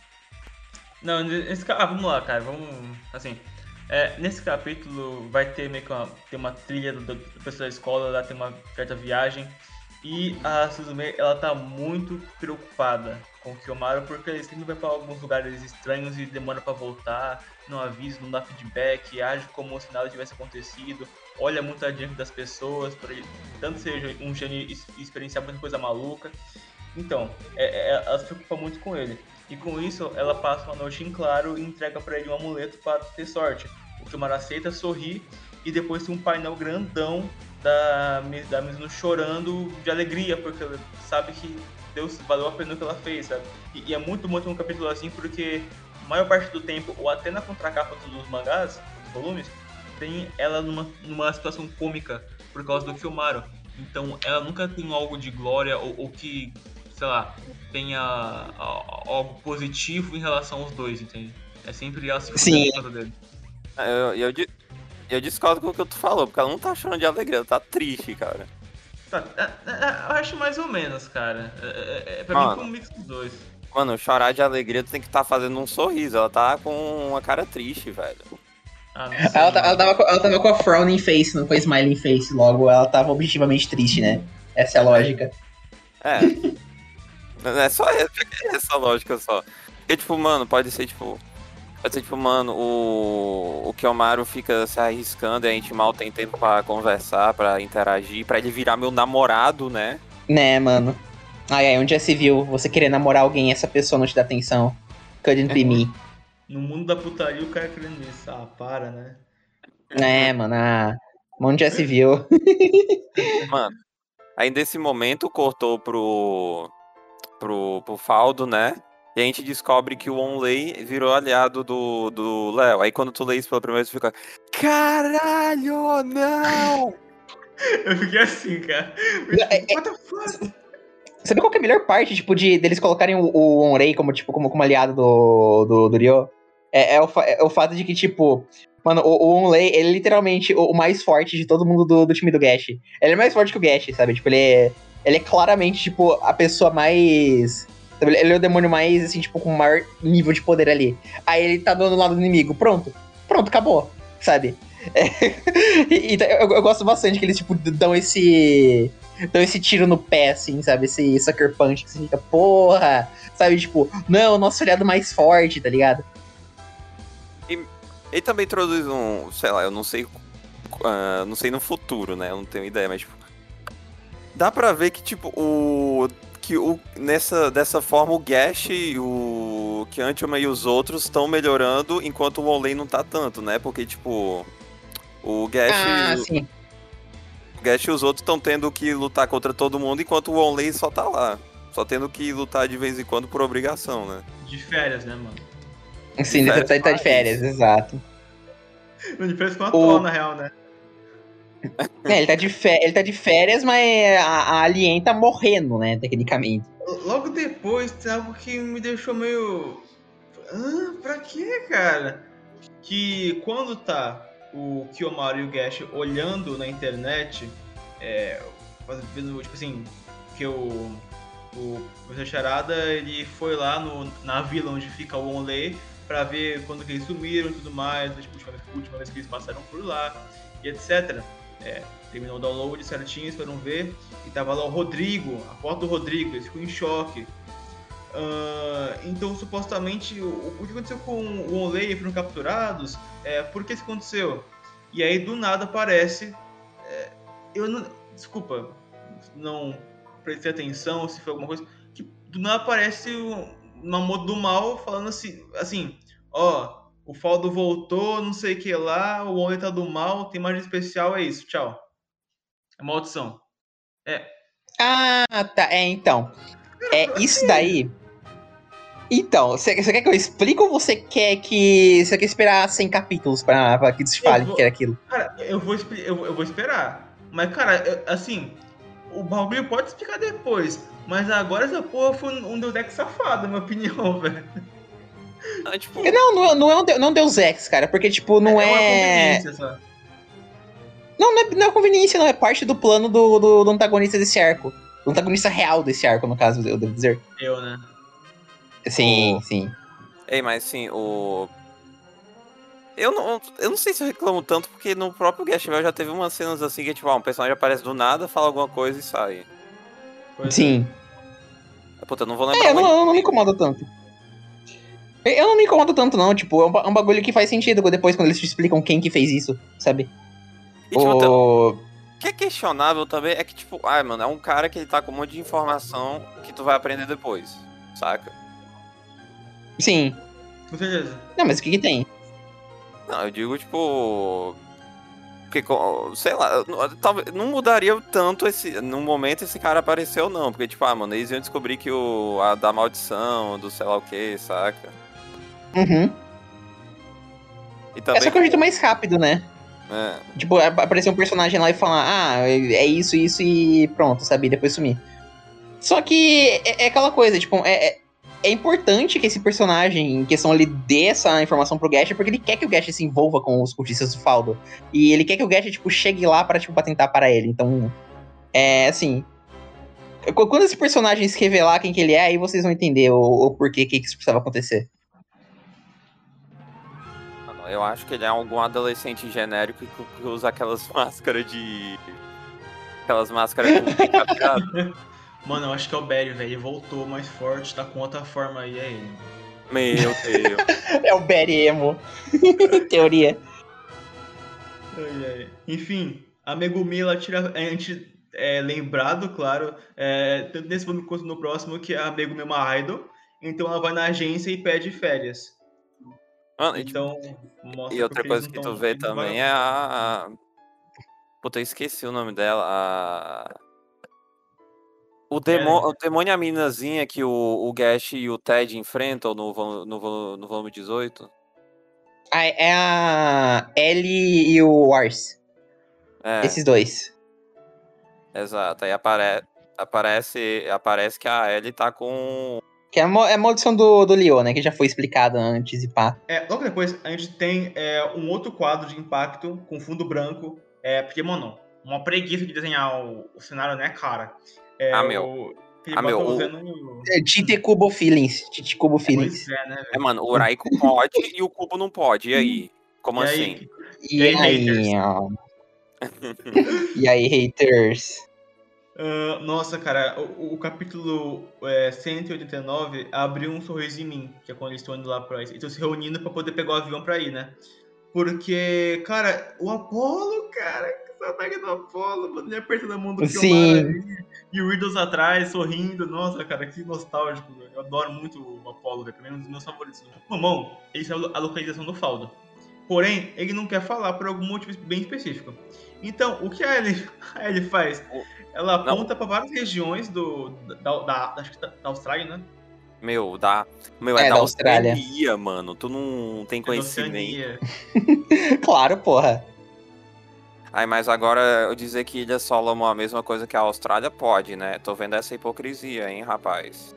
Não, nesse ca- ah, vamos lá, cara, vamos. Assim, é, nesse capítulo vai ter meio que uma, tem uma trilha do, do pessoal da escola, lá tem uma certa viagem. E a Suzume, ela tá muito preocupada com o Kiyomaru, porque ele sempre vai pra alguns lugares estranhos e demora pra voltar, não avisa, não dá feedback, age como se nada tivesse acontecido, olha muito adiante das pessoas, pra ele, tanto seja um gênio es- experienciar muita coisa maluca. Então, é- é- ela se preocupa muito com ele. E com isso, ela passa uma noite em claro e entrega pra ele um amuleto para ter sorte. O Kiyomaru aceita, sorri, e depois tem um painel grandão da, Mi- da Mizuno chorando de alegria, porque ela sabe que Deus valeu a pena o que ela fez, sabe? E, e é muito, muito um capítulo assim, porque a maior parte do tempo, ou até na contracapa dos mangás, dos volumes, tem ela numa, numa situação cômica por causa do Kiyomaru. Então ela nunca tem algo de glória ou, ou que, sei lá, tenha a- algo positivo em relação aos dois, entende? É sempre ela se fudendo Sim. por causa dele. Eu, eu, di- eu discordo com o que tu falou, porque ela não tá chorando de alegria, ela tá triste, cara. Tá, é- é- eu acho mais ou menos, cara. É, é, é, pra Mano. mim foi um mix dos dois. Mano, chorar de alegria tu tem que estar tá fazendo um sorriso, ela tá com uma cara triste, velho. Ah, não sei, Ela, ta- ela, mano. tava, com- ela tava com a frowning face, não com a smiling face, logo ela tava objetivamente triste, né? Essa é a lógica. É. Não é só essa, essa lógica só. Porque, tipo, mano, pode ser, tipo... Pode ser, tipo, mano, o, o Kiyomaru fica se arriscando e a gente mal tem tempo pra conversar, pra interagir, pra ele virar meu namorado, né? Né, mano? Ai, ai, onde já se viu você querer namorar alguém e essa pessoa não te dá atenção? Couldn't be me. No mundo da putaria, o cara querendo isso. Ah, para, né? É, mano, ah, onde já se viu? Mano, aí nesse momento cortou pro, pro, pro Faldo, né? E a gente descobre que o Onley virou aliado do, do Léo. Aí quando tu lê isso pela primeira vez, tu fica... Caralho, não! Eu fiquei assim, cara. É, é- What the fuck? Sabe qual que é a melhor parte, tipo, de deles colocarem o, o Onrei como, tipo, como, como aliado do, do, do Ryo? É, é, o, fa- é o fato de que, tipo, mano, o, o Onrei, ele é literalmente o, o mais forte de todo mundo do, do time do Gash. Ele é mais forte que o Gash, sabe? Tipo, ele é, ele é claramente, tipo, a pessoa mais... Sabe? Ele é o demônio mais, assim, tipo, com maior nível de poder ali. Aí ele tá do lado do inimigo. Pronto. Pronto, acabou. Sabe? É, e, então, eu, eu gosto bastante que eles, tipo, dão esse... Dão esse tiro no pé, assim, sabe? Esse sucker punch que você fica, porra! Sabe? Tipo, não, o nosso aliado mais forte, tá ligado? Ele também introduz um, sei lá, eu não sei, ah, não sei no futuro, né? Eu não tenho ideia, mas tipo, dá pra ver que tipo o que o nessa dessa forma o Gash, o Kyantuma e os outros estão melhorando, enquanto o Onley não tá tanto, né? Porque tipo o Gash, Ah, sim. o Gash e os outros estão tendo que lutar contra todo mundo, enquanto o Onley só tá lá, só tendo que lutar de vez em quando por obrigação, né? De férias, né, mano? Sim, De ele tá, férias tá de férias, país. exato. Não diferença com a atual, na real, né? É, ele tá de, fé... ele tá de férias, mas a, a Alien tá morrendo, né, tecnicamente. Logo depois tem algo que me deixou meio... Ah, pra quê, cara? Que quando tá o Kiyomaru e o Gash olhando na internet, é, fazendo, tipo assim, que o, o professor Charada, ele foi lá no, na vila onde fica o Onley pra ver quando que eles sumiram e tudo mais, tipo, a última, vez, a última vez que eles passaram por lá, e etcétera. É, terminou o download certinho, eles foram ver, e tava lá o Rodrigo, a foto do Rodrigo, eles ficam em choque. Uh, então, supostamente, o, o que aconteceu com o Onley, foram capturados, é, por que isso aconteceu? E aí, do nada, aparece... É, eu não... Desculpa, não prestei atenção se foi alguma coisa... Que do nada aparece uma moda do mal falando assim, assim, ó, o Faldo voltou, não sei o que lá, o Onley tá do mal, tem magia especial, é isso, tchau. É maldição. É. Ah, tá, é, então. É, isso daí... Então, você quer que eu explique ou você quer que. Você quer esperar cem capítulos pra, pra que se fale o que era aquilo? Cara, eu vou, eu, eu vou esperar. Mas, cara, eu, assim, o bagulho pode explicar depois. Mas agora essa porra foi um Deus Ex safado, na minha opinião, velho. Ah, tipo... Não, não, não é um Deus, não Deus Ex, cara, porque, tipo, não é. É uma conveniência só. Não, não é, não é conveniência, não. É parte do plano do, do, do antagonista desse arco. Do antagonista real desse arco, no caso, eu devo dizer. Eu, né? Sim, o... sim. Ei, mas sim, o... Eu não, eu não sei se eu reclamo tanto, porque no próprio Gashvel já teve umas cenas assim que, tipo, ah, um personagem aparece do nada, fala alguma coisa e sai. Pois sim. É. Puta, eu não vou lembrar É, eu não, muito. eu não me incomodo tanto. Eu não me incomodo tanto, não. Tipo, é um, é um bagulho que faz sentido depois quando eles te explicam quem que fez isso, sabe? E, tipo, o... o que é questionável também é que, tipo, ai, mano, é um cara que ele tá com um monte de informação que tu vai aprender depois, saca? Sim. Com certeza. Não, mas o que que tem? Não, eu digo, tipo... Porque, sei lá, talvez não mudaria tanto esse... No momento esse cara apareceu, não. Porque, tipo, ah, mano, eles iam descobrir que o... A da maldição, do sei lá o que, saca? Uhum. E também... É só que é o jeito mais rápido, né? É. Tipo, aparecer um personagem lá e falar, ah, é isso, isso e pronto, sabe? E depois sumir. Só que é, é aquela coisa, tipo, é, é, é importante que esse personagem em questão ele dê essa informação pro Gash, porque ele quer que o Gash se envolva com os cultistas do Faldo. E ele quer que o Gash, tipo, chegue lá pra, tipo, pra tentar parar ele. Então, é assim... Quando esse personagem se revelar quem que ele é, aí vocês vão entender o, o porquê que isso precisava acontecer. Eu acho que ele é algum adolescente genérico que usa aquelas máscaras de... Aquelas máscaras com... Mano, eu acho que é o Barry, velho. Ele voltou mais forte, tá com outra forma aí, é ele. Meu Deus. É o Barry Emo. Em teoria. Ai, ai. Enfim, a Megumi, ela tira... A gente é lembrado, claro, é, tanto nesse filme quanto no próximo, que a Megumi é uma idol. Então ela vai na agência e pede férias. Mano, então, e, mostra e outra coisa que tu vê também é a, a... Puta, eu esqueci o nome dela. A... O, demo... é. o demônio e a minazinha que o, o Gash e o Ted enfrentam no, no, no, no volume dezoito. Ah, é a Ellie e o Wars. É. Esses dois. Exato, aí apare... aparece, aparece que a Ellie tá com... Que é a, mo- é a maldição do, do Leo, né? Que já foi explicada antes e pá. É, logo depois a gente tem é, um outro quadro de impacto com fundo branco. É, porque, mano, uma preguiça de desenhar o, o cenário, né, cara? É, ah, meu. O, ah, meu. usando... O... É, Tite Cubo Feelings. Tite Cubo Feelings. Pois é, né, velho? É, mano, o Raico pode e o Cubo não pode. E aí? Como e assim? Aí, e, e aí, aí ó. E aí, haters? Uh, nossa, cara, o, o capítulo é, cento e oitenta e nove abriu um sorriso em mim, que é quando eles estão indo lá pra... Eles estão se reunindo pra poder pegar o avião pra ir, né? Porque, cara, o Apollo, cara, que saudade do Apollo, mano, ele apertando a mão do Kiyomaru e o Riddles atrás, sorrindo. Nossa, cara, que nostálgico, velho. Eu adoro muito o Apollo, velho, também é um dos meus favoritos. Mamão, ele sabe a localização do Faldo. Porém, ele não quer falar por algum motivo bem específico. Então, o que a Ellie, a Ellie faz? Ela aponta para várias regiões do, da, da, da, da Austrália, né? Meu, da. Meu, é, É, da da Austrália. Oceania, mano. Tu não tem É da conhecimento. Oceania. Claro, porra. Aí, mas agora eu dizer que Ilha Solomon é a mesma coisa que a Austrália, pode, né? Tô vendo essa hipocrisia, hein, rapaz.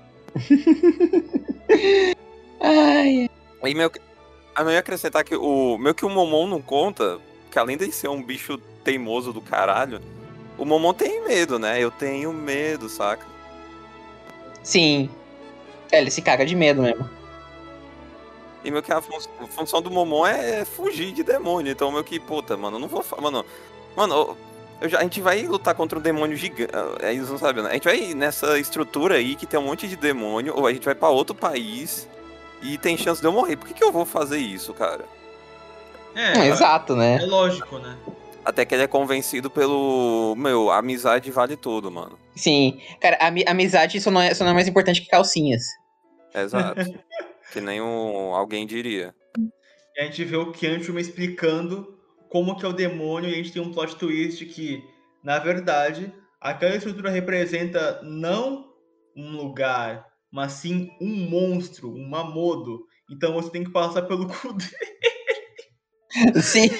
Ai. E meu, eu ia acrescentar que o meu que o Momon não conta, que além de ser um bicho teimoso do caralho, o Momon tem medo, né? Eu tenho medo, saca? Sim. É, ele se caga de medo mesmo. E meu que a, fun- a função do Momon é fugir de demônio. Então, meu que, puta, mano, eu não vou. fa- Mano, mano, eu- eu já, a gente vai lutar contra um demônio gigante. É, eles não sabem, né? A gente vai nessa estrutura aí que tem um monte de demônio, ou a gente vai pra outro país e tem chance de eu morrer. Por que, que eu vou fazer isso, cara? Hum, É, exato, é né? lógico, né? Até que ele é convencido pelo. Meu, a amizade vale tudo, mano. Sim. Cara, a ami- amizade só não, é, só não é mais importante que calcinhas. Exato. Que nem um, alguém diria. E a gente vê o Kyantrum explicando como que é o demônio e a gente tem um plot twist que, na verdade, aquela estrutura representa não um lugar, mas sim um monstro, um mamodo. Então você tem que passar pelo cu dele. Sim.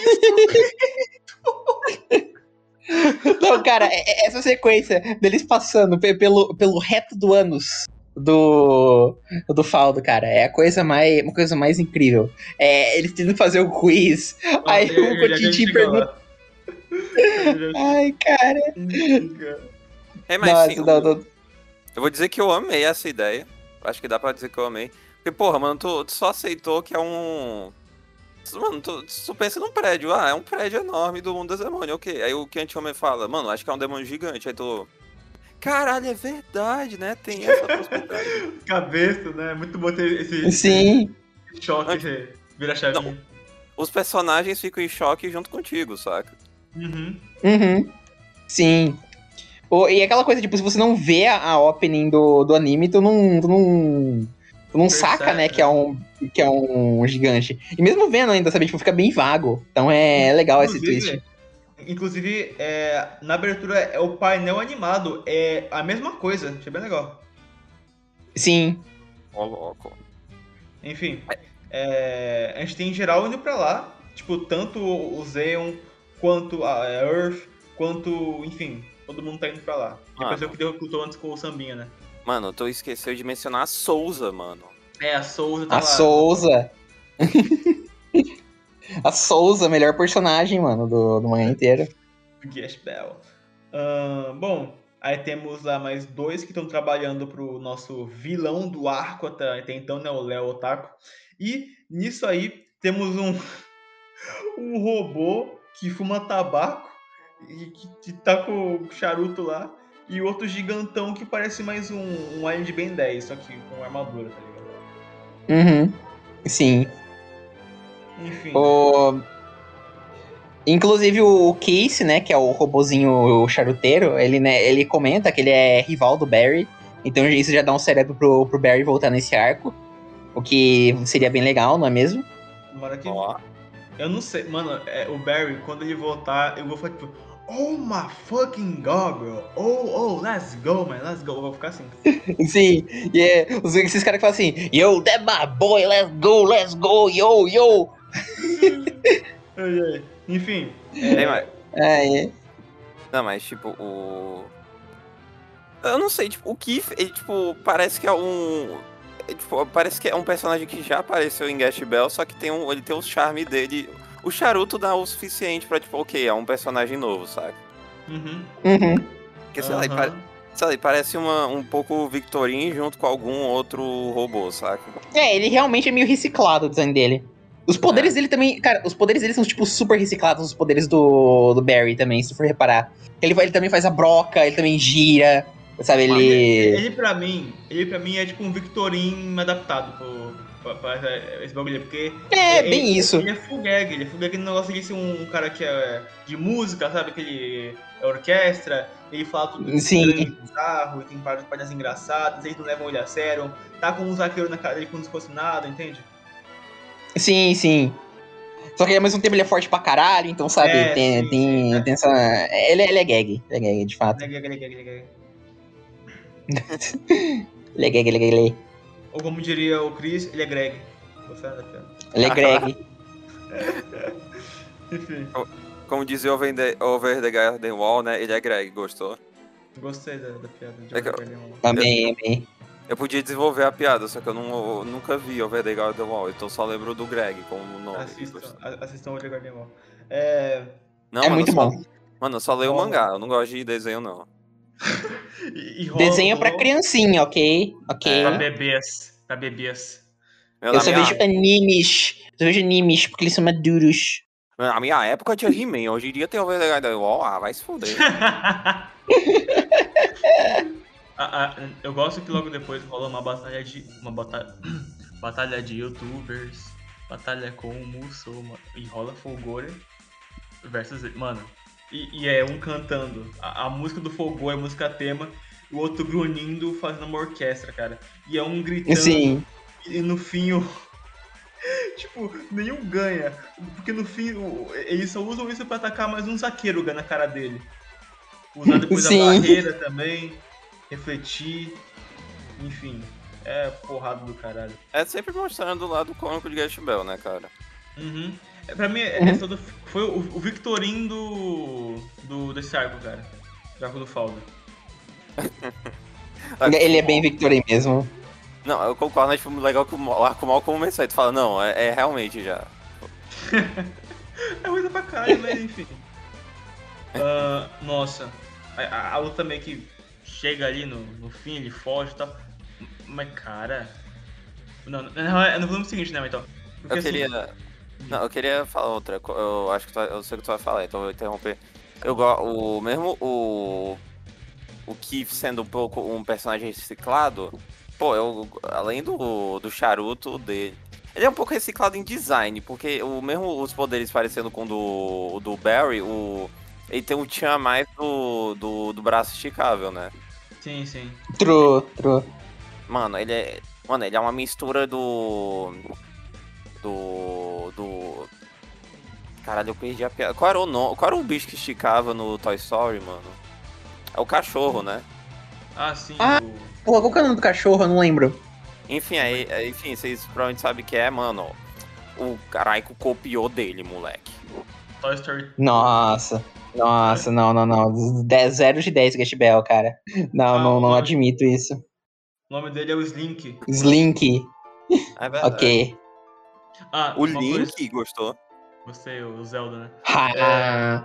Não, cara, é- é essa sequência deles passando pe- pelo, pelo reto do ânus do, do Faldo, cara, é a coisa mais, uma coisa mais incrível. É, eles tentam fazer o quiz, aí Eu- o eu já- já Cotintin chega pergunta. lá. Eu já Ai, cara. chega. É, mas sim, Nossa, não, o- não. eu vou dizer que eu amei essa ideia. Acho que dá pra dizer que eu amei. Porque, porra, mano, tu, tu só aceitou que é um. Mano, tu, tu pensa num prédio. Ah, é um prédio enorme do mundo dos demônios, ok. Aí o Kyantiomen fala, mano, acho que é um demônio gigante. Aí tu. Caralho, é verdade, né? Tem essa possibilidade. Cabeça, né? Muito bom ter esse, Sim. esse choque, esse vira chavinha. Os personagens ficam em choque junto contigo, saca? Uhum. Uhum. Sim. O- e aquela coisa, tipo, se você não vê a, a opening do, do anime, tu não. Tu não, tu não Percebe, saca, né, né? que é, um, que é um gigante. E mesmo vendo ainda, sabe, tipo, fica bem vago. Então é legal esse Inclusive, twist. Inclusive, é, na abertura é o painel animado, é a mesma coisa, achei bem legal. Sim. Ó, louco. Enfim, é, a gente tem geral indo pra lá, tipo, tanto o Zeon, quanto a Earth, quanto, enfim, todo mundo tá indo pra lá. Depois Mano. eu que recrutou antes com o Sambinha, né? Mano, tu esqueceu de mencionar a Souza, mano. É, a Souza tá A lá. Souza. A Souza, melhor personagem, mano, do, do mangá inteiro. Gash Bell. Ahn, bom, aí temos lá mais dois que estão trabalhando pro nosso vilão do arco até, até então, né? O Léo Otaku. E nisso aí temos um, um robô que fuma tabaco e que, que tá com o charuto lá. E outro gigantão que parece mais um, um Alien de Ben dez, só que com armadura, tá ligado? Uhum. Sim. Enfim. O... Inclusive o Case, né, que é o robozinho charuteiro, ele, né, ele comenta que ele é rival do Barry. Então isso já dá um cérebro pro, pro Barry voltar nesse arco. O que seria bem legal, não é mesmo? Tomara que. Ó. Eu não sei, mano, é, o Barry, quando ele voltar, eu vou falar tipo, oh my fucking god, bro. Oh, oh, let's go, man, let's go. Eu vou ficar assim. Sim, e é, os- esses caras que falam assim, yo, that my boy, let's go, let's go, yo, yo. Ai, ai. Enfim, Tem é, mais. É, Não, mas tipo, o. Eu não sei, tipo, o Keith, ele, tipo, parece que é um. é, Tipo, parece que é um personagem que já apareceu em Gash Bell, só que tem um, ele tem o charme dele. O charuto dá o suficiente pra, tipo, ok, é um personagem novo, sabe? uhum, uhum. Porque, sei lá, ele, aham. pare- sei lá, ele parece uma, um pouco Victorin junto com algum outro robô, saca? É, ele realmente é meio reciclado o design dele. Os poderes É. dele também, cara, os poderes dele são, tipo, super reciclados, os poderes do, do Barry também, se tu for reparar. Ele, vai- ele também faz a broca, ele também gira, sabe, Ele, ele... ele pra mim, ele pra mim é tipo um Victorin adaptado pro, pra, pra esse bagulho, porque É, ele, bem isso. ele é full gag, ele é full gag no negócio de ser um cara que é de música, sabe, aquele é orquestra, ele fala tudo Sim. estranho, bizarro, e tem várias páginas engraçadas, eles não levam ele a sério, tá com um zaqueiro na cara dele como se fosse nada, entende? Sim, sim. Só que ao mesmo tempo ele é forte pra caralho, então, sabe, É, tem, sim, tem, sim. tem essa... Ele, ele é gag, ele é gag, de fato. Gag, gag, gag, gag, gag. Ele é gag, ele é gag, ele é... ou como diria o Chris, ele é Greg. Gostaram da piada? Ele é Greg. Enfim, Como dizia Over the, Over the Garden Wall, né? Ele é Greg, gostou? gostei da, da piada de É que eu- Over the Garden Wall. Amei, amei. Eu podia desenvolver a piada, só que eu, não, eu nunca vi Over the Garden Wall, então só lembro do Greg como nome. Assistam, a- assistam Over the Garden Wall. É... Não, É mano, muito eu só, bom. Mano, eu só leio o Bom, mangá, eu não gosto de desenho, não. E, e rola- Desenho pra rolou criancinha, ok? Ok. Pra bebês. Pra bebês. Meu, Eu na, só minha, vejo animes. Eu só vejo animes porque eles são maduros. na minha época tinha He-Man, hoje em dia tem Over the Garden Wall, ah, vai se fuder. Ah, ah, eu gosto que logo depois rola uma batalha de. Uma batalha. Batalha de youtubers. Batalha com o Mussoma. E rola Folgore versus. Mano. E, e é um cantando. A, a música do Folgore é a música tema. E o outro grunhindo fazendo uma orquestra, cara. E é um gritando. Sim. E no fim o. Tipo, nenhum ganha. Porque no fim o- eles só usam isso pra atacar mais um zaqueiro na cara dele. Usar depois Sim. a barreira também. Refletir. Enfim. É porrada do caralho. É sempre mostrando o lado cômico de Gash Bell, né, cara? Uhum. É, Pra mim, é, Uhum. é todo- foi o, o Victorin do, do. desse arco, cara. Do arco do Faldo. Ele é bem Victory mesmo. Não, eu concordo, mas tipo, legal que o arco mal começou, aí tu fala, não, é, é realmente já. É coisa pra caralho, mas enfim. Ah, nossa. A, a, a luta meio que chega ali no, no fim, ele foge e tal. Mas, cara. Não, não, não, é no volume seguinte, né, então. Porque, Eu assim, queria. Não, eu queria falar outra. co- Eu acho que tu, vai- eu sei o que tu vai falar, então eu vou interromper. Eu gosto. O mesmo o. O Keith sendo um pouco um personagem reciclado. Pô, eu. Além do, do charuto dele. Ele é um pouco reciclado em design, porque o mesmo os poderes parecendo com o do, o do Barry, o. Ele tem um tchan a mais do, do, do braço esticável, né? Sim, sim. True, true. Mano, ele é. Mano, ele é uma mistura do. Do. Do. Caralho, eu perdi a piada. Qual era o nome? Qual era o bicho que esticava no Toy Story, mano? É o cachorro, né? Ah, sim. Ah. O... Pô, qual que é o nome do cachorro? Eu não lembro. Enfim, aí, aí, enfim, vocês provavelmente sabem que é, mano. O Caraico copiou dele, moleque. Toy Story. Nossa. Nossa, não, não, não. dez, zero de dez Gash Bell, cara. Não, Ah, não, não nome- admito isso. O nome dele é o Slink. Slink. É verdade. Ok. Ah, O uma coisa. Link gostou. Você, o Zelda, né? Ha.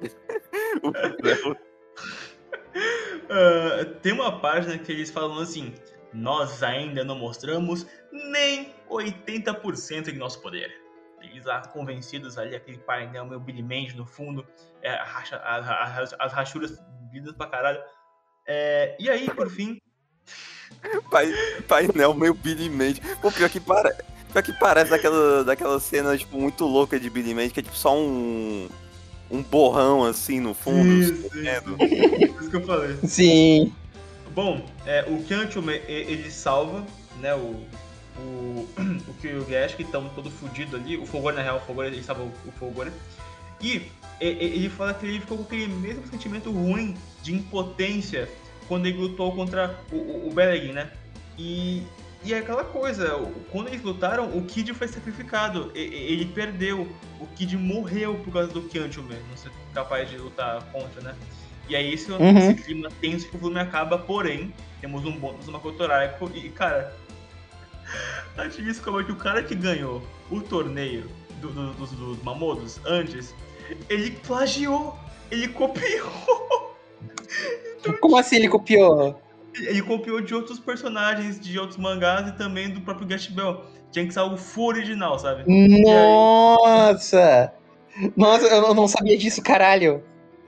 Ah, tem uma página que eles falam assim: nós ainda não mostramos nem oitenta por cento de nosso poder. Eles lá convencidos ali, aquele painel meio Billy Mandy no fundo, é, a racha- a- a- as, as rachuras vidas pra caralho. É, e aí, por fim, Pai, painel meio Billy Mandy. Pô, pior que, para... pior que parece daquela, daquela cena, tipo, muito louca de Billy Mandy, que é tipo só um. Um borrão assim no fundo. Isso, escorrendo. isso que eu falei. Sim. Bom, é, o Kyantuma, ele salva, né, o, o, o Kyogash, que estão todo fudido ali. O Fogor, na real, o Fogor, ele salva o, o Fogor. E e- ele fala que ele ficou com aquele mesmo sentimento ruim de impotência quando ele lutou contra o, o, o Belegin, né? E, e é aquela coisa, o- quando eles lutaram, o Kid foi sacrificado, e- e- ele perdeu. O Kid morreu por causa do Kyantuma, não ser capaz de lutar contra, né? E aí esse, Uhum. esse clima tenso que o volume acaba, porém, temos um bônus no Makoto Raiko e, cara, a gente descobre que o cara que ganhou o torneio do- do- dos, dos Mamodos antes, ele plagiou, ele copiou, Como assim ele copiou? ele copiou de outros personagens, de outros mangás e também do próprio Gash Bell. Tinha que ser algo full original, sabe? Nossa! Nossa, eu não sabia disso, caralho.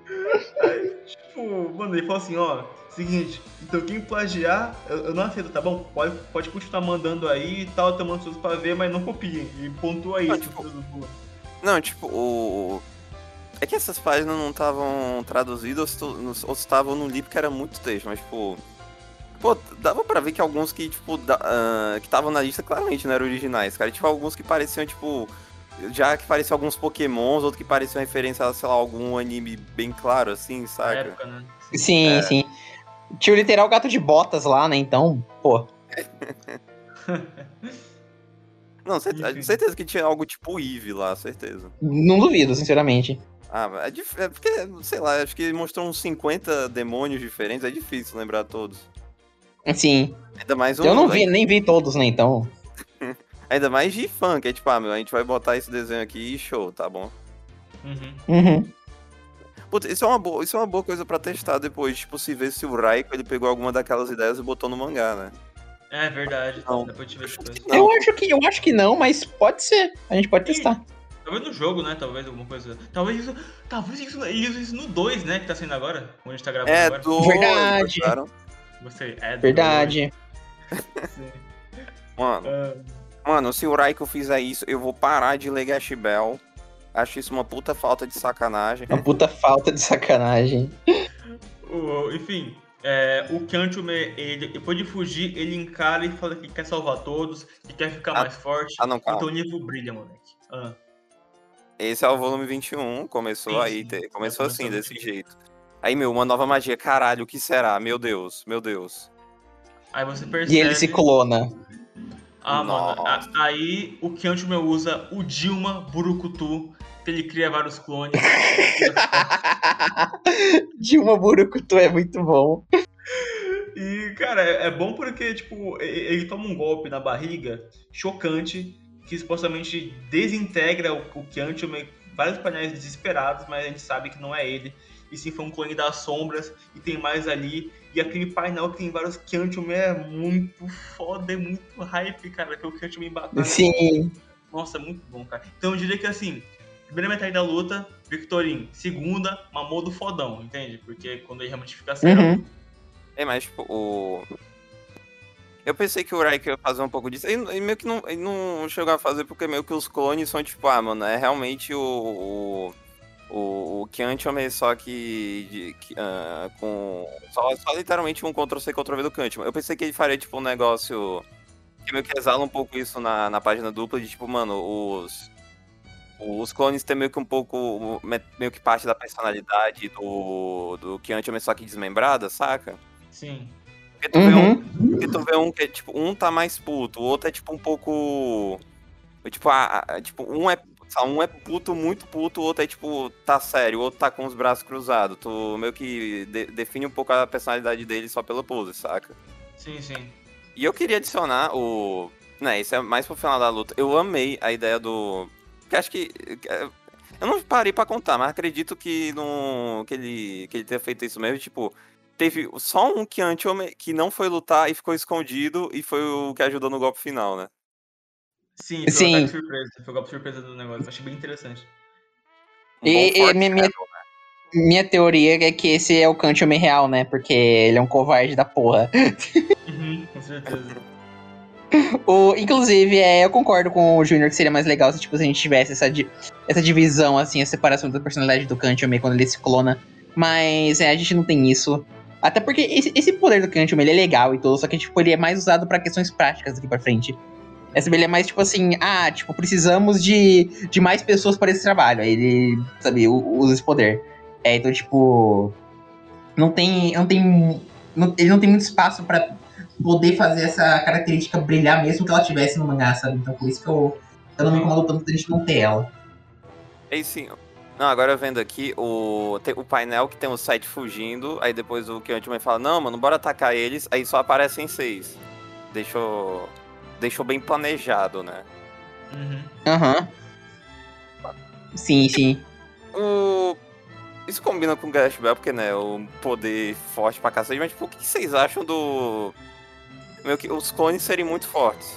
Tipo, mano, ele falou assim, ó, seguinte, então quem plagiar, eu, eu não aceito, tá bom? Pode, pode continuar mandando aí e tal, tô mandando pra ver, mas não copiem. E pontua Não, isso. tipo, no volume. Não, tipo, o. É que essas páginas não estavam traduzidas ou se estavam no livro que era muito texto, mas tipo. Pô, dava pra ver que alguns que, tipo, da- ah, que estavam na lista claramente não eram originais, cara. Tipo, alguns que pareciam, tipo. Já que pareciam alguns pokémons, outros que pareciam referência a, sei lá, algum anime bem claro, assim, Na saca? época, né? Sim, É. sim. Tinha o literal gato de botas lá, né? Então, pô. Não, certeza, Enfim. certeza que tinha algo tipo Eve lá, certeza. Não duvido, sinceramente. Ah, mas é, dif... é porque, sei lá, acho que mostrou uns cinquenta demônios diferentes, é difícil lembrar todos. Sim. Ainda mais um. Eu não vi, nem vi todos, né, então. Ainda mais de fã, que é tipo, ah, meu, a gente vai botar esse desenho aqui e show, tá bom? Uhum. Uhum. Putz, isso é uma boa, isso é uma boa coisa pra testar depois, tipo, se ver se o Raiko ele pegou alguma daquelas ideias e botou no mangá, né? É verdade. Não. Depois te ver depois. Não. Eu acho que eu acho que não, mas pode ser. A gente pode Sim. testar. Talvez no jogo, né? Talvez alguma coisa. Talvez isso. Talvez isso, isso, isso no dois, né? Que tá saindo agora. Onde a gente tá gravando É, agora. dois, Verdade. gostaram? Você é Verdade. dois. Sim. Mano, Ah, mano, se o Raiko fizer isso, eu vou parar de ler Gash Bell. Acho isso uma puta falta de sacanagem. Uma puta falta de sacanagem. o- enfim, é, o Kanchume, ele, depois de fugir, ele encara e fala que quer salvar todos, que quer ficar Ah, mais forte. ah, não, calma. Então o nível brilha, moleque. Ah, Esse é o volume vinte e um, começou Sim, aí, sim. te- Já começou assim, começou desse vinte e um. jeito. Aí, meu, uma nova magia, caralho, o que será? Meu Deus, meu Deus. aí você E percebe. ele se clona. Ah, mano, a- Nossa. aí o Kanchume usa o Dilma Burukutu, que ele cria vários clones. Dilma Burukutu é muito bom. E, cara, é é bom porque, tipo, e- ele toma um golpe na barriga chocante, que supostamente desintegra o, o Kanchume, vários painéis desesperados, mas a gente sabe que não é ele. E sim, foi um clone das sombras, e tem mais ali. E aquele painel que tem vários Kanchume é muito foda, é muito hype, cara, que o Kanchume em batalha. Sim. Nossa, é muito bom, cara. Então eu diria que assim, primeira metade da luta, Victorin. Segunda, Mamodo fodão, entende? Porque quando ele realmente fica certo. Uhum. É, mas, tipo, o... Eu pensei que o Raiko ia fazer um pouco disso. Ele, ele meio que não, ele não chegou a fazer porque meio que os clones são, tipo, ah, mano, é realmente o... O, o, o Kanchume, só que, de, que ah, com... Só, só literalmente um Ctrl-C, Ctrl-V do Kanchume. Eu pensei que ele faria, tipo, um negócio... Que meio que exala um pouco isso na, na página dupla, de, tipo, mano, os... Os clones têm meio que um pouco, meio que parte da personalidade do, do Kanchume, só que desmembrada, saca? Sim. Porque tu, vê Uhum. um, porque tu vê um que é, tipo, um tá mais puto, o outro é, tipo, um pouco... Tipo, a, a- tipo um, é, sabe, um é puto, muito puto, o outro é, tipo, tá sério, o outro tá com os braços cruzados. Tu meio que de- define um pouco a personalidade dele só pela pose, saca? Sim, sim. E eu queria adicionar o... Né, isso é mais pro final da luta. Eu amei a ideia do... Que acho que... Eu não parei pra contar, mas acredito que, não, que, ele, que ele tenha feito isso mesmo. Tipo, teve só um Kanchume que não foi lutar e ficou escondido e foi o que ajudou no golpe final, né? Sim, foi o Sim. ataque surpresa. Foi o golpe surpresa do negócio. Achei bem interessante. Um bom E, e forte minha, minha, minha teoria é que esse é o Kanchume real, né? Porque ele é um covarde da porra. Uhum, com certeza. O, inclusive, é, eu concordo com o Júnior que seria mais legal se tipo, se a gente tivesse essa, di- essa divisão, assim, a separação da personalidade do Kanchume quando ele se clona. Mas é, a gente não tem isso. Até porque esse, esse poder do Kanchume ele é legal e tudo, só que tipo, ele é mais usado pra questões práticas daqui pra frente. Essa ele é mais tipo assim, ah, tipo, precisamos de, de mais pessoas para esse trabalho. Aí ele, sabe, u- usa esse poder. É, então, tipo. Não tem. Não tem. não- ele não tem muito espaço pra poder fazer essa característica brilhar mesmo que ela tivesse no mangá, sabe? Então por isso que eu, eu não me incomodo tanto da gente não ter ela. Aí sim. Não, agora vendo aqui, o, tem o painel que tem o site fugindo, aí depois o Kanchume fala, não, mano, bora atacar eles, aí só aparecem seis. Deixou, deixou bem planejado, né? Uhum. Aham. Sim, sim. O... Isso combina com o Gash Bell, porque, né, o poder forte pra cacete, mas, tipo, o que vocês acham do... Meio que os clones serem muito fortes?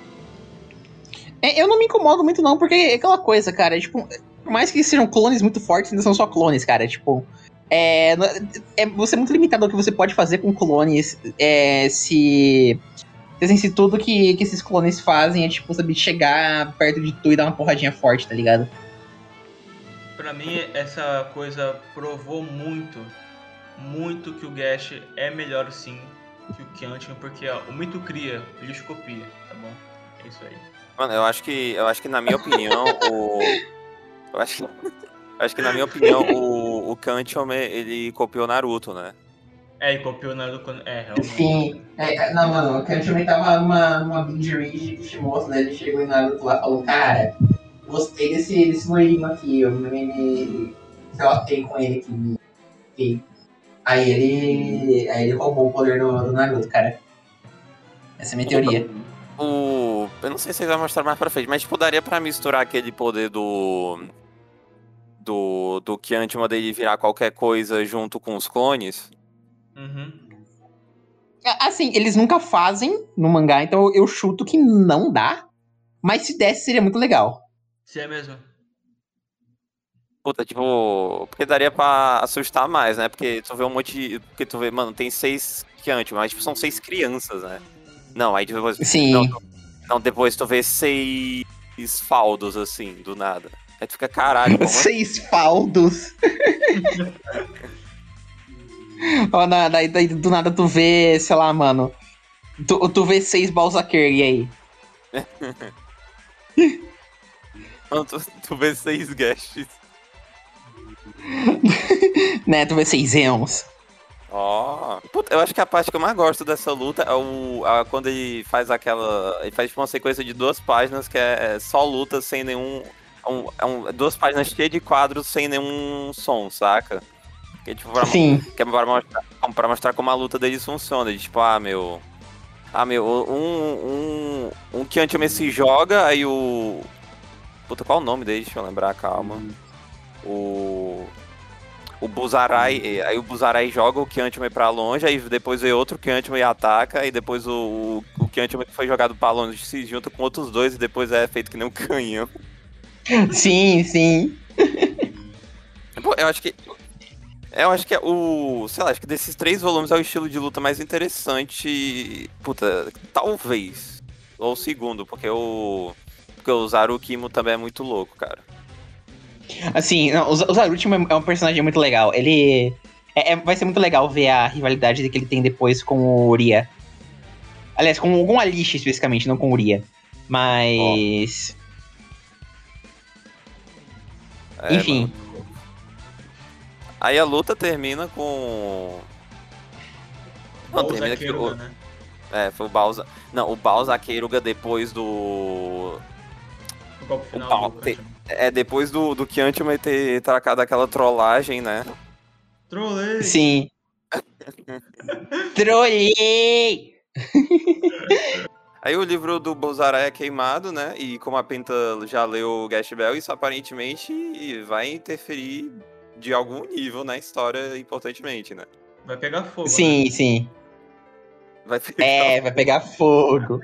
É, eu não me incomodo muito, não, porque é aquela coisa, cara. Tipo, por mais que sejam clones muito fortes, ainda são só clones, cara. Tipo, é, é, você é muito limitado ao que você pode fazer com clones é, se. Assim, se tudo que, que esses clones fazem é, tipo, sabe, chegar perto de tu e dar uma porradinha forte, tá ligado? Pra mim, essa coisa provou muito, muito que o Gash é melhor sim que o Kanchume, porque ó, o mito cria, o lixo copia, tá bom? É isso aí. Mano, eu acho que, eu acho que na minha opinião, o... Eu acho que, eu acho que na minha opinião, o, o Kanchume, ele copiou Naruto, né? É, e copiou o Naruto quando. É, realmente. Sim. É, não, mano, o Kanchumi tava numa, numa binge read de Kishimoto, né? Ele chegou em Naruto lá e falou, cara, gostei desse, desse loirinho aqui, eu me, me relatei com ele aqui. E aí ele. Aí ele roubou o poder do, do Naruto, cara. Essa é a minha teoria. O... Eu não sei se ele vai mostrar mais pra frente, mas tipo, daria pra misturar aquele poder do... Do, do Kyantuma dele virar qualquer coisa junto com os clones. Uhum. Assim, eles nunca fazem no mangá, então eu chuto que não dá. Mas se desse, seria muito legal. Se é mesmo. Puta, tipo... Porque daria pra assustar mais, né? Porque tu vê um monte de... Porque tu vê, mano, tem seis Kyantuma, mas tipo, são seis crianças, né? Não, aí depois... Sim. Não, não, depois tu vê seis faldos, assim, do nada. Aí tu fica, caralho, como assim? Seis faldos. Ó, na- daí, daí do nada tu vê, sei lá, mano. Tu, tu vê seis Balzaquer, e aí? Não, tu, tu vê seis guests. Né, tu vê seis Eons. Ó. Puta, eu acho que a parte que eu mais gosto dessa luta é o. a- quando ele faz aquela. Ele faz tipo, uma sequência de duas páginas que é só luta sem nenhum. É um, é um- duas páginas cheias de quadros sem nenhum som, saca? Que, é, tipo, pra, Sim. que é pra mostrar, pra mostrar como a luta deles funciona. De, tipo, ah, meu. Ah, meu, um. Um, um Kyantuma se joga, aí o. Puta, qual é o nome dele? Deixa eu lembrar, calma. O. O Buzarai, aí o Buzarai joga o Kyantuma pra longe, aí depois vem outro Kyantuma e ataca, aí depois o, o, o Kyantuma que foi jogado pra longe se junta com outros dois e depois é feito que nem um canhão. Sim, sim. Pô, eu acho que. Eu acho que é o. Sei lá, acho que desses três volumes é o estilo de luta mais interessante. Puta, talvez. Ou o segundo, porque o. Porque o Zarukimo também é muito louco, cara. Assim, não, o Z- o Zarutimo é um personagem muito legal. Ele. É, é- vai ser muito legal ver a rivalidade que ele tem depois com o Uria. Aliás, com, com a Lixa especificamente, não com o Uria. Mas. É, Enfim. mano. Aí a luta termina com. Não, Ou o termina que Zaqueruga, o. né? É, foi o Bowser. Não, o Bowser Keiruga depois do. O golpe final Bal- do te- Kanchuma. É, depois do, do Kyantuma ter tracado aquela trollagem, né? Trolei! Sim. Trolei! Aí o livro do Bozará é queimado, né? E como a Penta já leu o Gash Bell, isso aparentemente vai interferir de algum nível na história, importantemente, né? Vai pegar fogo, né? Sim, sim. Vai ficar É, vai pegar fogo.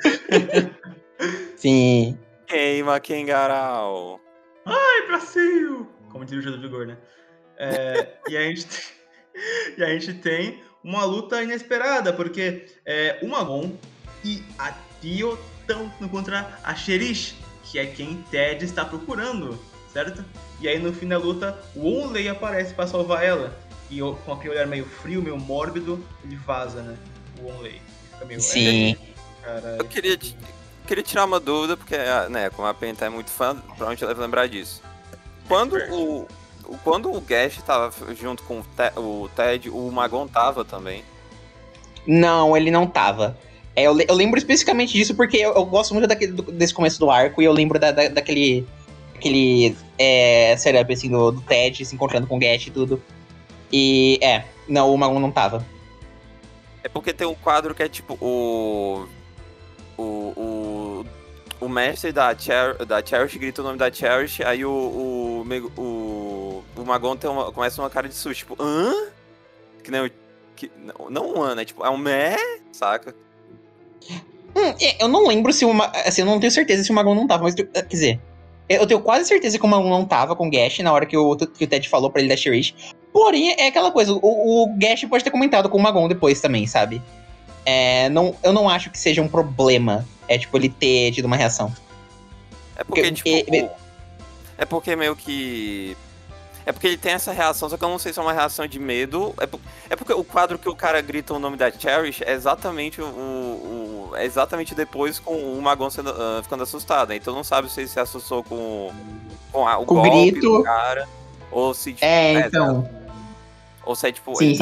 Sim. queima Kengarau. Ai, Brasil! Como diria o Gil do Vigor, né? É, e, a gente tem, e a gente tem uma luta inesperada, porque é, o Magon e a Tio estão lutando contra a Cherish, que é quem Ted está procurando, certo? E aí no fim da luta, o Onley aparece para salvar ela. E o- com aquele olhar meio frio, meio mórbido, ele vaza, né? O Onley. Fica meio... Sim. É, caralho. Eu queria, ti- queria tirar uma dúvida, porque, né, como a Penta é muito fã, provavelmente ela deve lembrar disso. Quando o, o- quando o Gash tava junto com o, Te- o Ted, o Magon tava também. Não, ele não tava. É, eu, le- eu lembro especificamente disso porque eu, eu gosto muito daquele, do- desse começo do arco e eu lembro da, da- daquele. Aquele. É, setup assim, do, do Ted se encontrando com o Gash e tudo. E é, não, o Magon não tava. É porque tem um quadro que é tipo o. O. O, o mestre da, Cher, da Cherish grita o nome da Cherish, aí o. O, Meg- o, o Magon tem uma, começa uma cara de susto, tipo, hã? Que nem o. Que, não, não um ano, é tipo, é um mé, saca? Hum, é, eu não lembro se o Ma- assim, eu não tenho certeza se o Magon não tava, mas eu- quer dizer, eu tenho quase certeza que o Magon não tava com o Gash na hora que o, que o Ted falou pra ele da Cherish. Porém, é aquela coisa, o, o Gash pode ter comentado com o Magon depois também, sabe? É, não, eu não acho que seja um problema, é tipo, ele ter tido uma reação. É porque, Porque- tipo. e- o- é porque meio que. É porque ele tem essa reação, só que eu não sei se é uma reação de medo. É, por- é porque o quadro que o cara grita o nome da Cherish é exatamente o. o- é exatamente depois com o Magon sendo, ah, ficando assustado. Então não sabe se ele se assustou com, com a- o Com o golpe grito. do cara. Ou se, tipo, É, é, então. ou se é tipo, Sim, ele tá sim. impressionado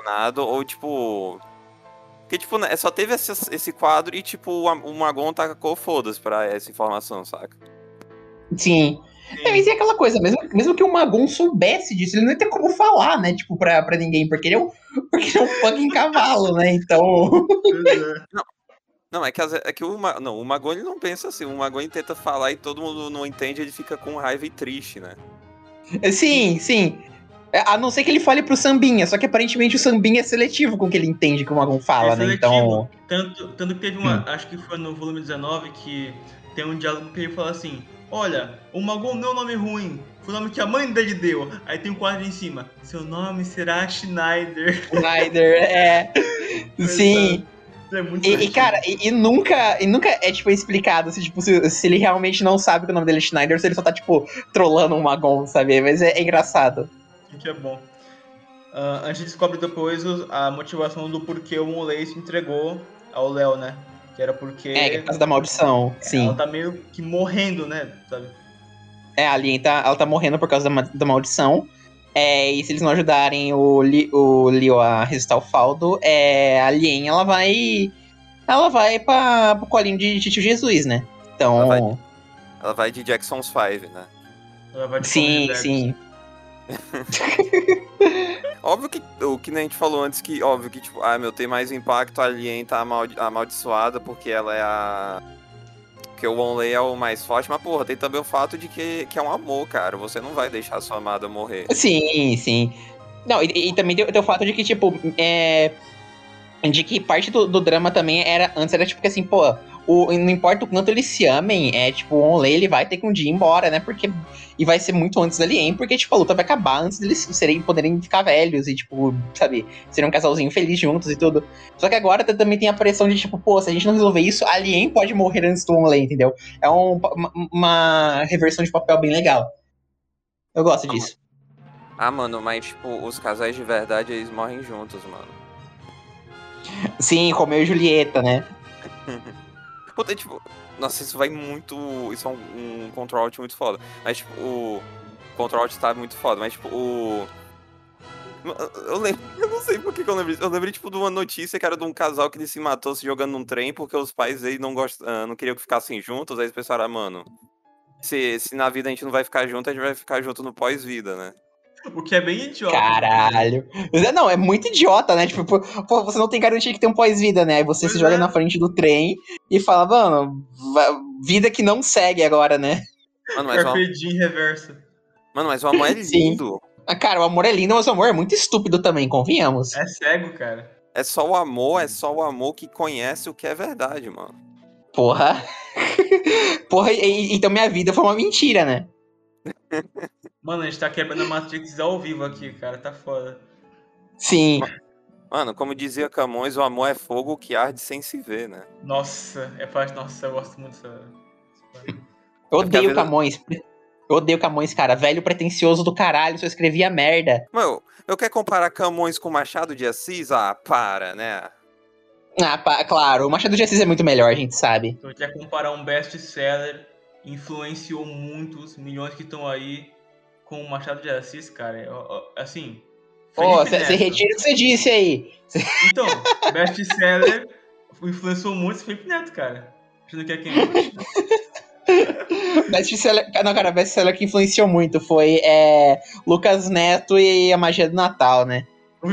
mencionado, ou tipo... Porque, tipo, né, só teve esse, esse quadro e, tipo, o, o Magon tacou foda-se pra essa informação, saca? Sim. É, mas é aquela coisa, mesmo, mesmo que o Magon soubesse disso, ele não ia ter como falar, né, tipo, pra, pra ninguém, porque ele é um, porque ele é um fucking cavalo, né, então... Não, não é que, é que o, não, o Magon ele não pensa assim, o Magon tenta falar e todo mundo não entende, ele fica com raiva e triste, né? Sim, sim. A não ser que ele fale pro Sambinha, só que aparentemente o Sambinha é seletivo com o que ele entende que o Magon fala, é né, então... Tanto, tanto que teve uma, Hum. acho que foi no volume dezenove, que tem um diálogo que ele fala assim, olha, o Magon não é um nome ruim, foi o nome que a mãe dele deu. Aí tem um quadro em cima, seu nome será Schneider. Schneider, é... Sim... É muito E, e, cara, e, e nunca, e nunca é, tipo, explicado se, tipo, se, se ele realmente não sabe que o nome dele é Schneider ou se ele só tá, tipo, trollando um Magon, sabe? Mas é, é engraçado. Que é bom. Uh, a gente descobre depois a motivação do porquê o Monley se entregou ao Léo, né? Que era porque... É, que é por causa da maldição, sim. Ela tá meio que morrendo, né? Sabe? É, a Alien tá, ela tá morrendo por causa da, da maldição. É, e se eles não ajudarem o, Li, o Leo a ressuscitar o Faldo, é, a Alien, ela vai... Ela vai pra, pro colinho de Tio Jesus, né? Então... Ela vai, ela vai de Jackson's Five, né? Ela vai de sim, sim. Óbvio que o que nem a gente falou antes, que óbvio que, tipo, ah, meu, tem mais impacto, a Alien tá amaldi amaldiçoada porque ela é a... Porque o Onley é o mais forte, mas, porra, tem também o fato de que, que é um amor, cara. Você não vai deixar a sua amada morrer. Sim, sim. Não, e, e também tem, tem o fato de que, tipo, é... De que parte do, do drama também era... Antes era, tipo, que assim, pô... O, não importa o quanto eles se amem, é, tipo, o Onley, ele vai ter que um dia ir embora, né? Porque... E vai ser muito antes da Alien, porque, tipo, a luta vai acabar antes deles serem, poderem ficar velhos e, tipo, sabe, serem um casalzinho feliz juntos e tudo. Só que agora também tem a pressão de, tipo, pô, se a gente não resolver isso, a Alien pode morrer antes do Onley, entendeu? É um, uma, uma reversão de papel bem legal. Eu gosto disso. Ah, mano, mas, tipo, os casais de verdade, eles morrem juntos, mano. Sim, Romeu e Julieta, né? Puta, tipo... Nossa, isso vai muito... Isso é um, um control alt muito foda. Mas, tipo, o... Control alt tá muito foda, mas, tipo, o... Eu lembro... Eu não sei por que, que eu lembrei. Eu lembrei, tipo, de uma notícia que era de um casal que ele se matou se jogando num trem porque os pais dele não, gost... uh, não queriam que ficassem juntos. Aí eles pensaram, ah, mano... Se, se na vida a gente não vai ficar junto, a gente vai ficar junto no pós-vida, né? O que é bem idiota. Caralho. Não, é muito idiota, né? Tipo, pô, você não tem garantia que tem um pós-vida, né? Aí você Pois se joga é. na frente do trem e fala, mano, vida que não segue agora, né? Mano, mas, Carpe o... Diem reverso. Mano, mas o amor é Sim. lindo. Ah, cara, o amor é lindo, mas o amor é muito estúpido também, convenhamos. É cego, cara. É só o amor, é só o amor que conhece o que é verdade, mano. Porra. Porra, e, então minha vida foi uma mentira, né? Mano, a gente tá quebrando a Matrix ao vivo aqui, cara. Tá foda. Sim. Mano, como dizia Camões, o amor é fogo que arde sem se ver, né? Nossa, é fácil. Nossa, eu gosto muito dessa. Eu odeio vida... Camões. Eu odeio Camões, cara. Velho pretencioso do caralho, só escrevia merda. Mano, eu quero comparar Camões com Machado de Assis? Ah, para, né? Ah, pá, claro. O Machado de Assis é muito melhor, a gente sabe. Então, quer comparar um best-seller, influenciou muitos, milhões que estão aí, com o Machado de Assis, cara. Assim. Ó, você retira o que você disse aí. Então, best-seller influenciou muito Felipe Neto, cara. Você não quer quem? Best-seller, não, cara, best-seller que influenciou muito foi é, Lucas Neto e a Magia do Natal, né?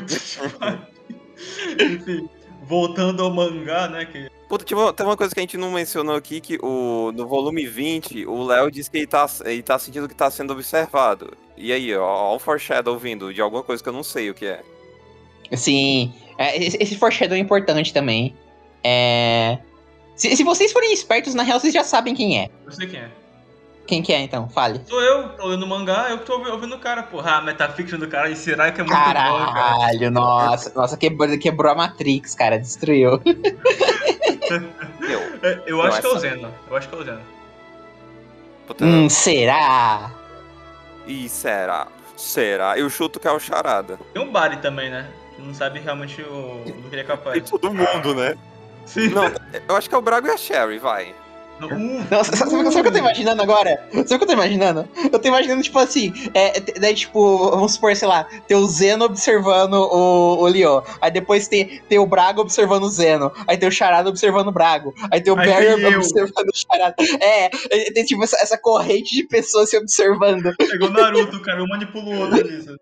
Enfim, voltando ao mangá, né? Que... Puta, tipo, tem uma coisa que a gente não mencionou aqui, que o, no volume vinte, o Léo disse que ele tá, ele tá sentindo que tá sendo observado. E aí, ó, ó o foreshadow vindo de alguma coisa que eu não sei o que é. Sim, é, esse foreshadow é importante também. É... Se, se vocês forem espertos, na real, vocês já sabem quem é. Eu sei quem é. Quem que é, então? Fale. Sou eu, tô lendo mangá, eu que tô ouvindo o cara, porra. A metafiction do cara, e será que é muito Caralho, bom, cara? Caralho, nossa, nossa, quebrou, quebrou a Matrix, cara, destruiu. Eu, eu, eu acho que é o Zeno, eu acho que é o Zeno. Puta, Hum, será? E será? Será? Eu chuto que é o Charada. Tem um Bari também, né? Que não sabe realmente o, do que ele é capaz. Tem todo mundo, né? Sim. Não, eu acho que é o Brago e a Sherry, vai. Um, Não, sabe, sabe o que eu tô imaginando agora? Sabe o que eu tô imaginando? Eu tô imaginando, tipo assim, é, daí, tipo, vamos supor, sei lá, tem o Zeno observando o, o Leon. Aí depois tem, tem o Braga observando o Zeno. Aí tem o Charada observando o Brago. Aí tem o Aí Barry tem eu. observando o Charada. É, tem, tipo, essa, essa corrente de pessoas se observando. Pegou o Naruto, cara. Um manipula o outro nisso.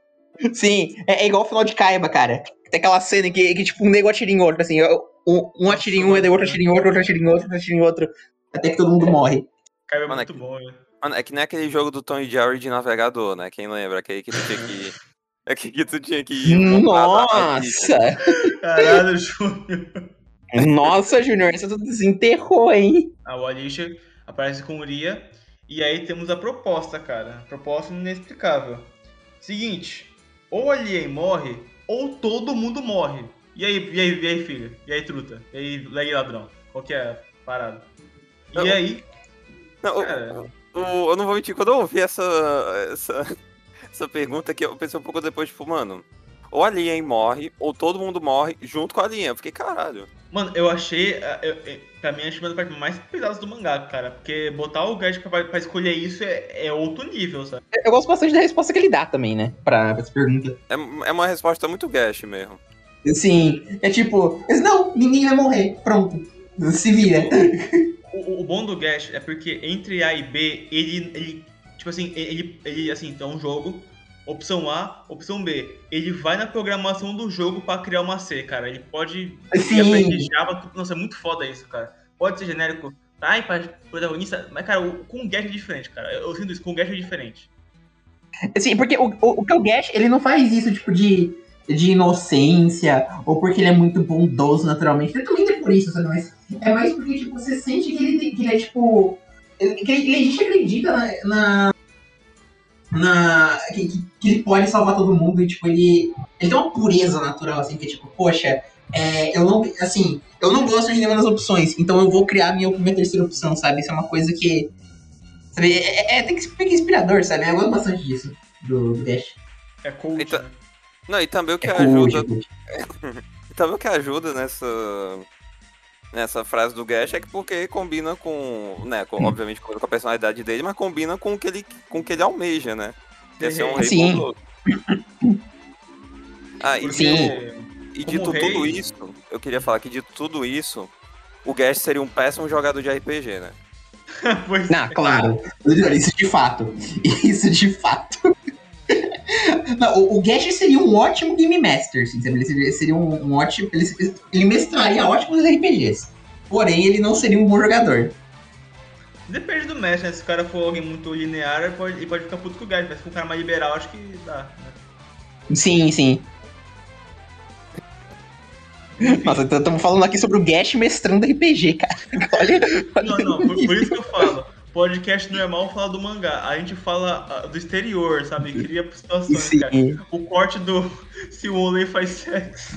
Sim, é, é igual o final de Kaiba, cara. Tem aquela cena que, que tipo, um nego atira em outro, assim. Um, um atira em um, e outro atira em outro, outro atira em outro, outro atira em outro. Até que todo mundo morre. Kaiba é Mano, muito é que- bom, né? Mano, é que nem aquele jogo do Tom e Jerry de navegador, né? Quem lembra? Aquele que tu tinha que. Aquele que tu tinha que montar as armadilhas. Nossa! Caralho, Júnior. Nossa, Júnior, você desenterrou, hein? A Walisha aparece com o Ria. E aí temos a proposta, cara. A proposta inexplicável. Seguinte, ou a Lien morre, ou todo mundo morre. E aí, e aí, e aí, filha? E aí, truta? E aí, e aí ladrão? Qual que é a parada? E Não. aí, Não, o- cara, o- eu não vou mentir, quando eu ouvi essa, essa, essa pergunta aqui, eu pensei um pouco depois, tipo, mano, ou a Lien morre, ou todo mundo morre junto com a Lien. Eu fiquei, caralho. mano, eu achei, eu, eu, pra mim, acho que uma das partes mais pesadas do mangá, cara. Porque botar o Gash pra, pra escolher isso é, é outro nível, sabe? Eu gosto bastante da resposta que ele dá também, né? Pra, pra essa pergunta. É, é uma resposta muito gash mesmo. Sim, é tipo, não, ninguém vai morrer. Pronto. Se vira. O, o bom do Gash é porque entre A e B, ele, ele tipo assim, ele, ele, assim, então é um jogo, opção A, opção B. Ele vai na programação do jogo pra criar uma C, cara. Ele pode Sim. aprender Java, tudo. Nossa, é muito foda isso, cara. Pode ser genérico, tá? E pra protagonista, mas, cara, o, com o Gash é diferente, cara. Eu, eu sinto isso, com o Gash é diferente. Sim, porque o, o, o que o Gash, ele não faz isso, tipo, de, de inocência, ou porque ele é muito bondoso naturalmente. Ele também é por isso, sabe? Mas é mais porque, tipo, você sente que ele, tem- que ele é, tipo... ele- Que ele, ele acredita na... na, na- que, que- que ele pode salvar todo mundo e, tipo, ele... Ele tem uma pureza natural, assim, que é, tipo, poxa, é, eu não... Assim, eu não gosto de nenhuma das opções, então eu vou criar a minha, minha terceira opção, sabe? Isso é uma coisa que... Sabe, é, é, tem que ser inspirador, sabe? Eu gosto bastante disso, do, do Dash. É coach, Então- né? Não, e também o que É ajuda. coach, E também o que ajuda nessa. Nessa frase do Gash é que porque combina com. Né, com, obviamente com a personalidade dele, mas combina com o que ele, com o que ele almeja, né? Que é ser um rei Sim. bondoso. Ah, e, Porque, Sim. e como dito rei- tudo isso, eu queria falar que dito tudo isso, o Gash seria um péssimo jogador de R P G, né? pois Não, claro. Isso de fato. Isso de fato. Não, o, o Gash seria um ótimo Game Master, assim, sabe? Ele seria, seria um, um ótimo. Ele, ele mestraria ótimos R P Gs. Porém, ele não seria um bom jogador. Depende do mestre, né? Se o cara for alguém muito linear, ele pode, ele pode ficar puto com o Gash. Mas se for um cara mais liberal, acho que dá, né? Sim, sim. Nossa, então estamos falando aqui sobre o Gash mestrando R P G, cara. Olha, olha Não, não, por, por isso que eu falo. Podcast normal fala do mangá. A gente fala ah, do exterior, sabe? Cria situações, Sim. cara. O corte do se o Olay faz sexo.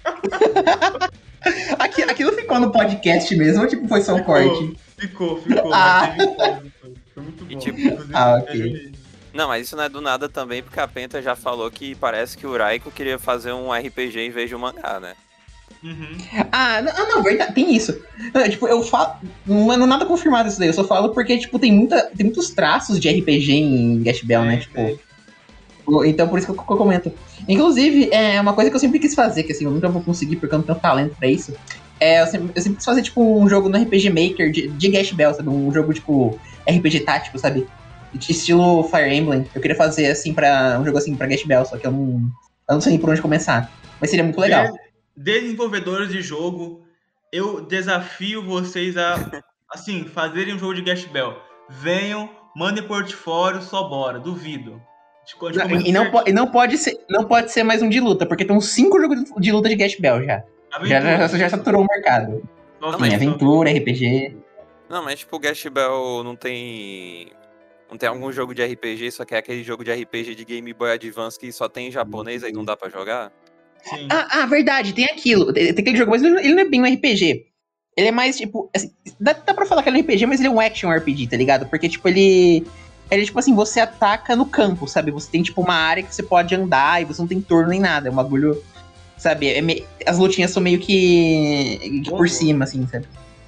Aqui, aquilo ficou no podcast mesmo ou tipo foi só um corte? Ficou, ficou. Ah. Mas teve coisa depois. Foi muito bom. E tipo- Inclusive, Ah, eu ok. joguei. Não, mas isso não é do nada também, porque a Penta já falou que parece que o Raiko queria fazer um R P G em vez de um mangá, né? Uhum. Ah, não, não, verdade, tem isso. Não, tipo, eu falo. Não é nada confirmado isso daí, eu só falo porque, tipo, tem, muita, tem muitos traços de R P G em Gash Bell, né? Tem, Tipo. tem. Então por isso que eu, que eu comento. Inclusive, é uma coisa que eu sempre quis fazer, que assim, eu nunca vou conseguir porque eu não tenho talento pra isso. É, eu sempre, eu sempre quis fazer, tipo, um jogo no R P G Maker de, de Gash Bell, sabe? Um jogo, tipo, R P G tático, sabe? De estilo Fire Emblem. Eu queria fazer, assim, pra um jogo assim, pra Gash Bell, só que eu não, eu não sei nem por onde começar. Mas seria muito legal. De- Desenvolvedores de jogo, eu desafio vocês a, assim, fazerem um jogo de Gash Bell. Venham, mandem portfólio, só bora, duvido. Tipo, a gente Não, começa e, não, certinho. po- e não pode ser, não pode ser mais um de luta, porque tem uns cinco jogos de luta de Gash Bell já. Já, já, já, já saturou o mercado. Nossa, Tem mas- aventura, R P G. Não, mas tipo, o Gash Bell não tem. Não tem algum jogo de R P G, só que é aquele jogo de R P G de Game Boy Advance que só tem em japonês aí não dá pra jogar? Sim. Ah, ah, verdade, tem aquilo. Tem, tem aquele jogo, mas ele não- ele não é bem um R P G. Ele é mais, tipo, assim, dá, dá pra falar que ele é um R P G, mas ele é um action R P G, tá ligado? Porque, tipo, ele... Ele é, tipo assim, você ataca no campo, sabe? Você tem, tipo, uma área que você pode andar e você não tem turno nem nada. É um bagulho, sabe? É me- as lutinhas são meio que, que Boa, por boa. cima, assim, sabe?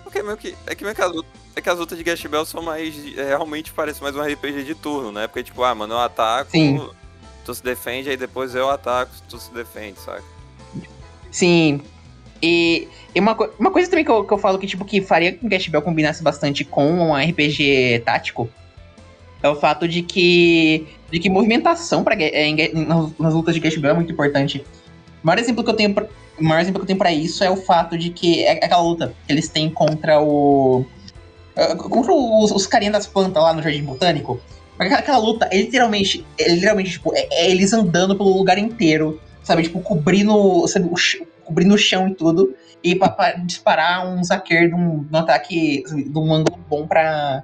porque meio que, é que meio que as, lutas- é que as lutas de Gash Bell são mais, é, realmente parece mais um R P G de turno, né? Porque tipo, ah, mano, eu ataco, Sim. tu se defende, aí depois eu ataco, tu se defende, saca? Sim. E, e uma, co- uma coisa também que eu, que eu falo que, tipo, que faria com que Gash Bell combinasse bastante com um R P G tático é o fato de que, de que movimentação pra, Ga- é, em Ga- nas, nas lutas de Gash Bell é muito importante. O maior exemplo que eu tenho pra, o maior exemplo que eu tenho pra isso é o fato de que é aquela luta que eles têm contra o. é, Contra os, os carinha das plantas lá no Jardim Botânico. Aquela, aquela luta é literalmente, é literalmente, tipo, é, é eles andando pelo lugar inteiro, sabe? Tipo, cobrindo, sabe, o, ch- cobrindo o chão e tudo. E pra, pra disparar um Zaker de um, de um ataque, sabe, de um ângulo bom pra,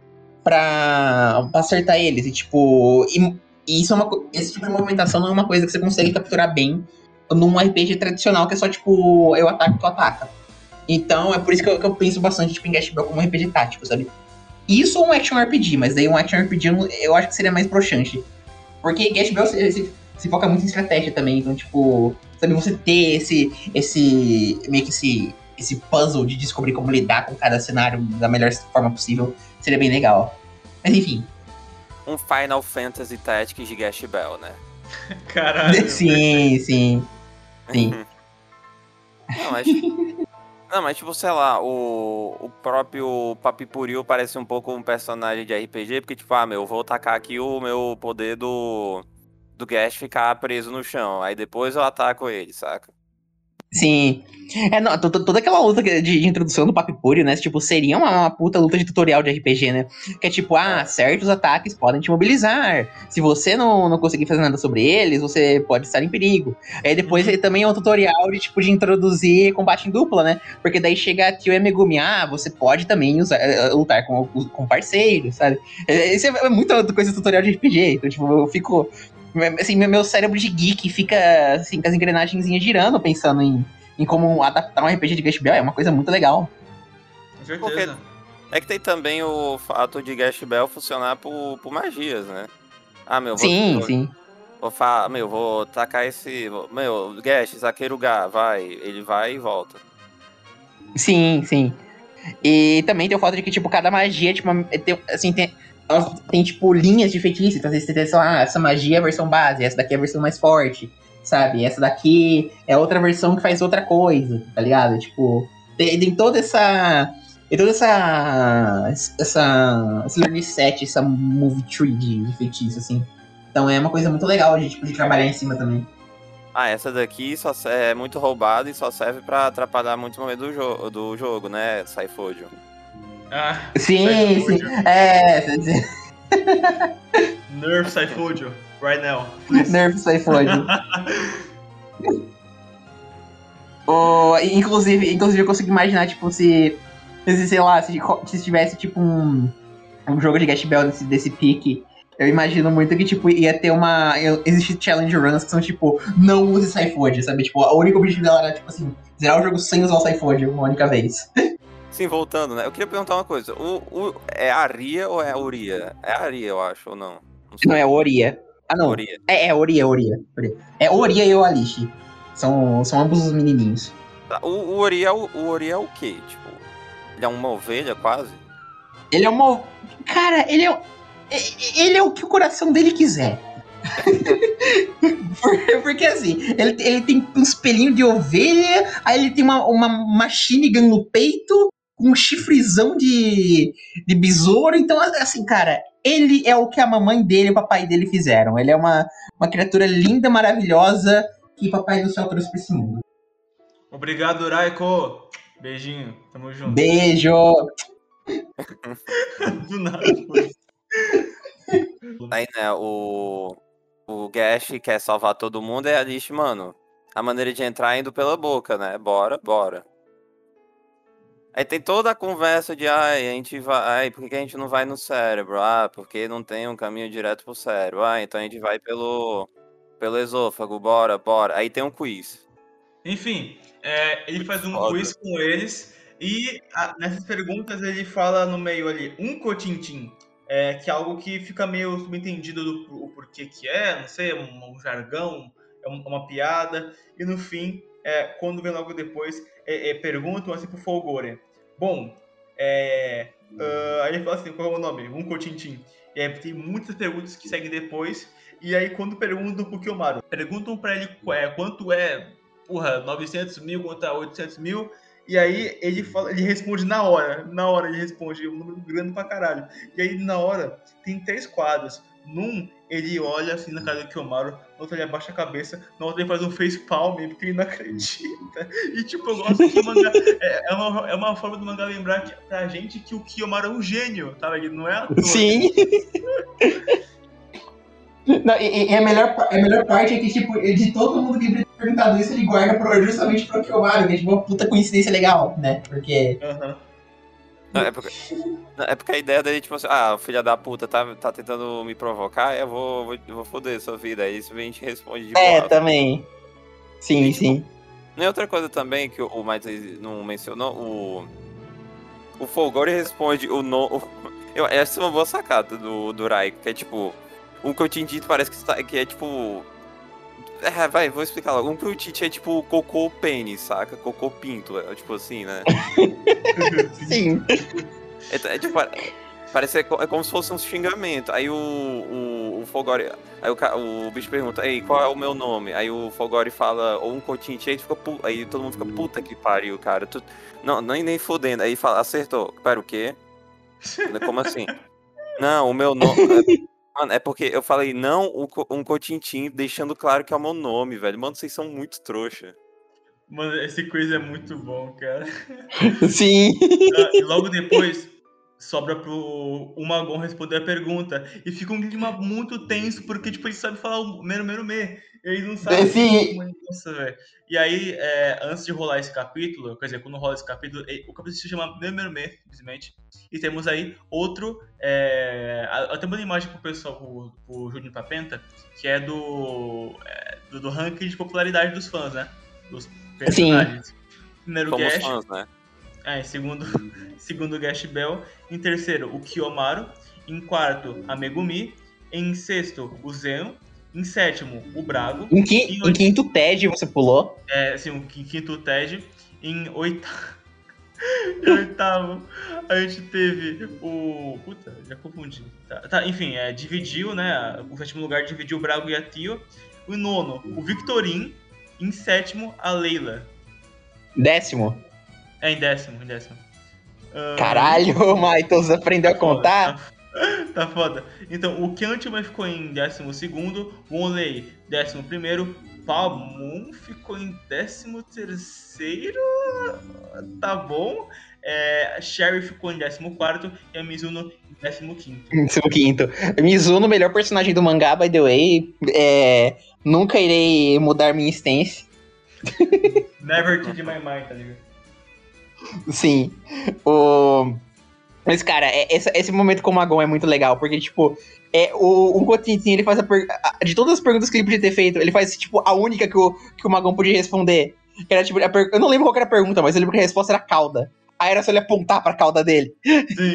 pra, pra acertar eles. E, tipo, e, e isso é uma, co- esse tipo de movimentação não é uma coisa que você consegue capturar bem num R P G tradicional, que é só, tipo, eu ataco, tu ataca. Então, é por isso que eu, que eu penso bastante, tipo, em Gash Bell como um R P G tático, sabe? Isso ou um Action R P G, mas daí um Action R P G eu, não- eu acho que seria mais broxante. Porque Gash Bell se, se, se foca muito em estratégia também, então, tipo, sabe, você ter esse, esse, meio que esse, esse puzzle de descobrir como lidar com cada cenário da melhor forma possível, seria bem legal. Mas enfim, Um Final Fantasy Tactics de Gash Bell, né? Caralho. sim, sim, sim. Não, mas. Não, mas tipo, sei lá, o, o próprio Papipuriu parece um pouco um personagem de R P G, porque tipo, ah, meu, eu vou tacar aqui o meu poder do, do Gash ficar preso no chão, aí depois eu ataco ele, saca? Sim. É, não, to- to- toda aquela luta que- de, de introdução do Papipuri, né? Tipo, seria uma, uma puta luta de tutorial de R P G, né? Que é tipo, ah, certos ataques podem te mobilizar. Se você não, não conseguir fazer nada sobre eles, você pode estar em perigo. Aí depois Uhum. ele também é um tutorial de, tipo, de introduzir combate em dupla, né? Porque daí chega aqui o Emegumi, ah, você pode também usar, eh, lutar com, com parceiros, sabe? É, Isso é muita coisa tutorial de R P G. Então, tipo, eu fico... Assim, meu meu cérebro de geek fica, assim, com as engrenagenzinhas girando, pensando em em como adaptar um R P G de Gash Bell, é uma coisa muito legal. Com certeza. É que tem também o fato de Gash Bell funcionar por, por magias, né? Ah, meu, vou, Sim, vou, sim. vou, fa- meu, vou tacar esse. vou- Meu, Gash, Zaqueiro Gá, vai. Ele vai e volta. Sim, sim. E também tem o fato de que, tipo, cada magia, tipo, uma- tem, assim, tem, elas tem, tipo, linhas de feitiço. Então, às vezes você tem, sei lá, essa magia é a versão base, essa daqui é a versão mais forte, sabe? Essa daqui é outra versão que faz outra coisa, tá ligado? Tipo, tem, tem toda essa... Tem toda essa... Essa... Esse learning set, essa move tree de, de feitiço, assim. Então é uma coisa muito legal de, tipo, de trabalhar em cima também. Ah, essa daqui só se- é muito roubada e só serve pra atrapalhar muito o momento do, jo do jogo, né, Saifodio? Ah, Sim, sim. Saifodio. É, Nerf Saifodio. Right now. Please. Nerf sai fode. Oh, inclusive, inclusive, eu consigo imaginar, tipo, se, se sei lá, se, se tivesse, tipo, um, um jogo de Gash Bell desse, desse pique, eu imagino muito que, tipo, ia ter uma... Existe challenge runs que são, tipo, não use Saifode, sabe? Tipo, o único objetivo dela era, tipo assim, zerar o jogo sem usar o Saifode uma única vez. Sim, voltando, né? Eu queria perguntar uma coisa. O, o, é Aria ou é Uria? É Aria, eu acho, ou não? Não sei. Não, é Oria. Ah, não. Uria. É, é Oria, Oria. Oria. É Oria e o Alice. São, são ambos os menininhos. Tá, O, o Ori é o, o Ori é o quê? Tipo, ele é uma ovelha quase? Ele é uma... Cara, ele é... Ele é o que o coração dele quiser. Por- Porque assim, ele, ele tem um espelhinho de ovelha, aí ele tem uma, uma machine gun no peito, com um chifrezão de, de besouro. Então, assim, cara, ele é o que a mamãe dele e o papai dele fizeram. Ele é uma, uma criatura linda, maravilhosa, que papai do céu trouxe pra esse mundo. Obrigado, Raiko. Beijinho. Tamo junto. Beijo! Do nada. Foi. Aí, né, o, o Gash quer salvar todo mundo e a Alice, mano, a maneira de entrar é indo pela boca, né? Bora, bora. Aí tem toda a conversa de, ai, a gente vai, ai, por que que a gente não vai no cérebro? Ah, porque não tem um caminho direto pro cérebro. Ah, então a gente vai pelo, pelo esôfago, bora, bora. Aí tem um quiz. Enfim, é, ele faz um Foda. quiz com eles e a- nessas perguntas ele fala no meio ali um cotintim, é, que é algo que fica meio subentendido do o porquê que é, não sei, é um, um jargão, é um- uma piada, e no fim, é, quando vem logo depois, é, é, perguntam assim pro Folgore, bom, é... Uh, aí ele fala assim, qual é o nome? Um Cotintim. E aí tem muitas perguntas que seguem depois. E aí quando perguntam pro Kiyomaru, perguntam pra ele é, quanto é, porra, novecentos mil contra oitocentos mil. E aí ele, fala, ele responde na hora. Na hora ele responde, um número grande pra caralho. E aí na hora tem três quadros. Num, ele olha assim na cara do Kiyomaru, no outro ele abaixa a cabeça, no outro ele faz um face palm, porque ele não acredita. E tipo, eu gosto que o mangá é, é, uma, é uma forma do mangá lembrar que, pra gente que o Kiyomaru é um gênio, tá? Ele não é ator. Sim. Não, e, e a, melhor, a melhor parte é que, tipo, de todo mundo que tem perguntado isso, ele guarda pro, justamente pro Kiyomaru, que é tipo uma puta coincidência legal, né? Porque... Aham. Não, é, porque, não, é porque a ideia dele, tipo assim, ah, o filho da puta tá, tá tentando me provocar, eu vou, vou, vou foder sua vida. Aí isso a gente responde de boa. É, também. Sim, E, tipo, sim. E outra coisa também que o, o Matheus não mencionou, o. O Folgore responde o no. O, eu, essa é uma boa sacada do, do Raiko, que é tipo. Um Cotintin parece que, tá, que é tipo. É, vai, vou explicar logo. Um Cotintin é tipo cocô pênis, saca? Cocô pinto, é tipo assim, né? Sim. É, é tipo. Parece que é como se fosse um xingamento. Aí o, o, o Folgore. Aí o, o bicho pergunta, ei, qual é o meu nome? Aí o Folgore fala, ou um Cotintin, aí, fica, aí todo mundo fica, puta que pariu, cara. Tu, não, nem, nem fodendo. Aí fala, acertou. Pera, o quê? Como assim? Não, o meu nome. Mano, é porque eu falei, não um Cotintin, deixando claro que é o meu nome, velho. Mano, vocês são muito trouxa. Mano, esse quiz é muito bom, cara. Sim. E logo depois sobra pro o Magon responder a pergunta. E fica um clima muito tenso, porque tipo, ele sabe falar o mero mero me. Ele não sabe. Sim. Nossa, velho. E aí, é, antes de rolar esse capítulo, quer dizer, quando rola esse capítulo, o capítulo se chama Mero Mero Me, simplesmente. E temos aí outro. É, até uma imagem pro pessoal, pro, pro Júnior Papenta, que é do, é, do. do ranking de popularidade dos fãs, né? Dos personagens. Sim. Primeiro Somos Gash. fãs, né? É, em segundo, segundo Gash Bell. Em terceiro, o Kiyomaru. Em quarto, a Megumi. Em sexto, o Zeno. Em sétimo, o Brago. Em, qui- em, oit... em quinto, o Ted, você pulou. É, sim, o quinto, o Ted. Em oitavo... em oitavo, a gente teve o... Puta, já confundi. Tá, tá, enfim, é, dividiu, né? O sétimo lugar dividiu o Brago e a Tio. O nono, o Victorin. Em sétimo, a Leila. Décimo. É, em décimo, em décimo. Caralho, uh, Maito, você aprendeu a contar? Tá, tá foda. Então, o Kyantuma ficou em décimo segundo, o Onley, décimo primeiro, Palmon ficou em décimo terceiro, tá bom. É, a Sherry ficou em décimo quarto e a Mizuno em décimo quinto. décimo quinto. Mizuno, melhor personagem do mangá, by the way. É, nunca irei mudar minha stance. Never change my mind, tá ligado? Sim. O... Mas, cara, é, esse, esse momento com o Magon é muito legal, porque, tipo, é, o, o Cotintin, ele faz a per... De todas as perguntas que ele podia ter feito, ele faz, tipo, a única que o, que o Magon podia responder. Que era, tipo, a per... Eu não lembro qual era a pergunta, mas eu lembro que a resposta era cauda. Aí era só ele apontar pra cauda dele. Sim.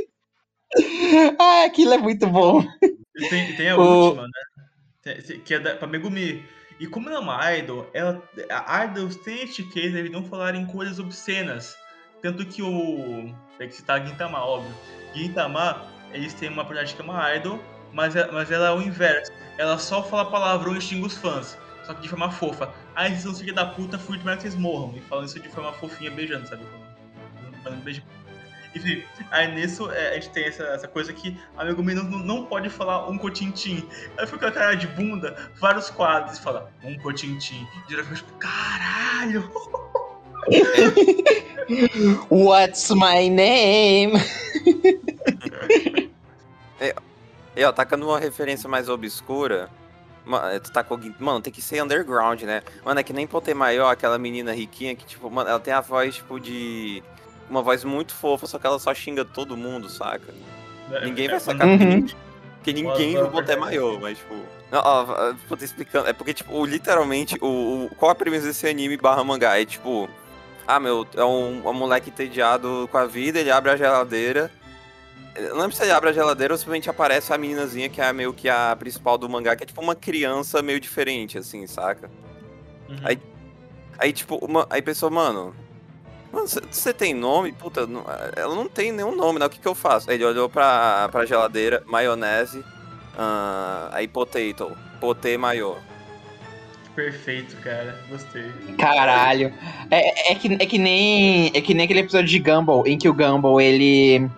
Ah, aquilo é muito bom. E tem, tem a o... última, né? Tem, que é da, pra Megumi. E como ela é uma idol, ela, a idols tem etiqueta de não falar em coisas obscenas. Tanto que o... Tem que citar a Gintama, óbvio. Gintama, eles têm uma personagem que é uma idol, mas, é, mas ela é o inverso. Ela só fala palavrão e xinga os fãs. Só que de forma fofa. Aí eles são filha da puta, fui demais que vocês morram. E falam isso de forma fofinha, beijando, sabe? Falando beijo. Enfim, aí nisso é, a gente tem essa, essa coisa que a Megumi não, não pode falar um cotintim. Ela fica com a cara de bunda, vários quadros, e fala um cotintim. E ela fica tipo, caralho! What's my name? É, é, ó, tacando uma referência mais obscura. Mano, tu tá com... mano, tem que ser underground, né? Mano, é que nem Ponte Maior, aquela menina riquinha que, tipo, mano, ela tem a voz, tipo, de... Uma voz muito fofa, só que ela só xinga todo mundo, saca? É, ninguém vai sacar, uhum. porque ninguém, porque ninguém viu Ponte Maior, mas, tipo... Não, ó, vou te explicando. É porque, tipo, literalmente, o, o, qual a premissa desse anime barra mangá? É, tipo... Ah, meu, é um, um moleque entediado com a vida, ele abre a geladeira... Não lembro se ele abre a geladeira ou simplesmente aparece a meninazinha que é meio que a principal do mangá, que é tipo uma criança meio diferente, assim, saca? Uhum. Aí, aí, tipo, uma, aí pessoa, mano, Mano, você tem nome? Puta, não, ela não tem nenhum nome, né? O que que eu faço? Ele olhou pra, pra geladeira, maionese, uh, aí potato, poté maior. Perfeito, cara. Gostei. Caralho. É, é, que, é, que nem, é que nem aquele episódio de Gumball, em que o Gumball, ele...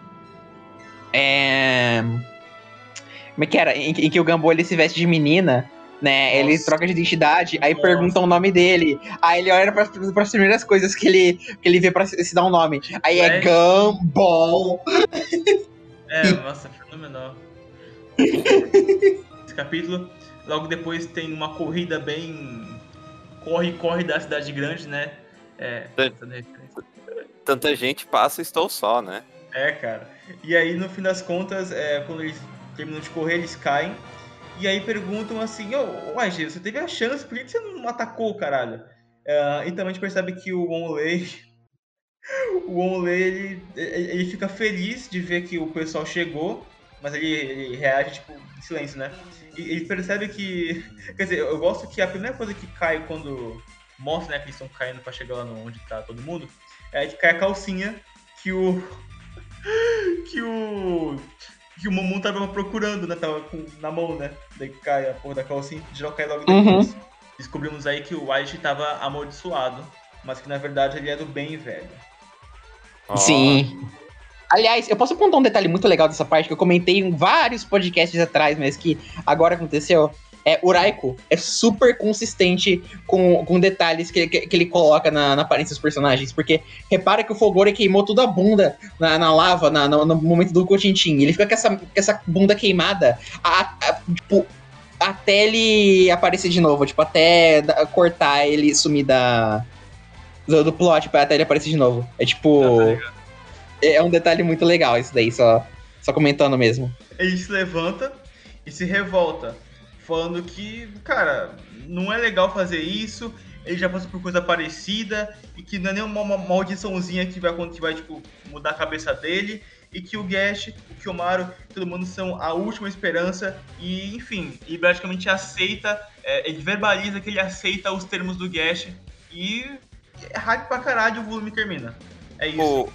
É... Como é que era? Em, em que o Gumball, ele se veste de menina, né? Ele Nossa. troca de identidade, aí Nossa. perguntam o nome dele. Aí ele olha pras, pras primeiras coisas que ele, que ele vê pra se, se dar um nome. Aí é Flash. Gumball. É, nossa, fenomenal. Esse capítulo, logo depois tem uma corrida bem... Corre, corre da cidade grande, né? É, tanta gente passa, estou só, né? É, cara. E aí, no fim das contas, é, quando eles terminam de correr, eles caem. E aí perguntam assim, ô, oh, G, você teve a chance, por que você não atacou, caralho? É, então a gente percebe que o Onley... O Onley, ele, ele fica feliz de ver que o pessoal chegou, mas ele, ele reage, tipo, em silêncio, né? E ele percebe que... Quer dizer, eu gosto que a primeira coisa que cai quando mostra, né, que eles estão caindo pra chegar lá onde tá todo mundo, é que cai a calcinha que o... que o... que o Momo tava procurando, né? Tava com, na mão, né? Daí cai a porra da calcinha, geral cai logo depois. Uhum. Descobrimos aí que o White tava amaldiçoado, mas que na verdade ele é do bem, velho. Oh. Sim. Aliás, eu posso apontar um detalhe muito legal dessa parte que eu comentei em vários podcasts atrás, mas que agora aconteceu. É, o Raiko é super consistente com, com detalhes que, que, que ele coloca na, na aparência dos personagens. Porque repara que o Fogore queimou toda a bunda na, na lava na, no, no momento do Kotintin. Ele fica com essa, com essa bunda queimada a, a, tipo, até ele aparecer de novo. Tipo, até da, cortar ele sumir da, do, do plot, até ele aparecer de novo. É tipo... Ah, é um detalhe muito legal isso daí, só, só comentando mesmo. Ele se levanta e se revolta, falando que, cara, não é legal fazer isso, ele já passou por coisa parecida, e que não é nenhuma maldiçãozinha que vai, que vai tipo, mudar a cabeça dele, e que o Gash, o Kiyomaru, todo mundo são a última esperança, e enfim, ele praticamente aceita, é, ele verbaliza que ele aceita os termos do Gash, e é hype pra caralho, o volume termina. É isso. O...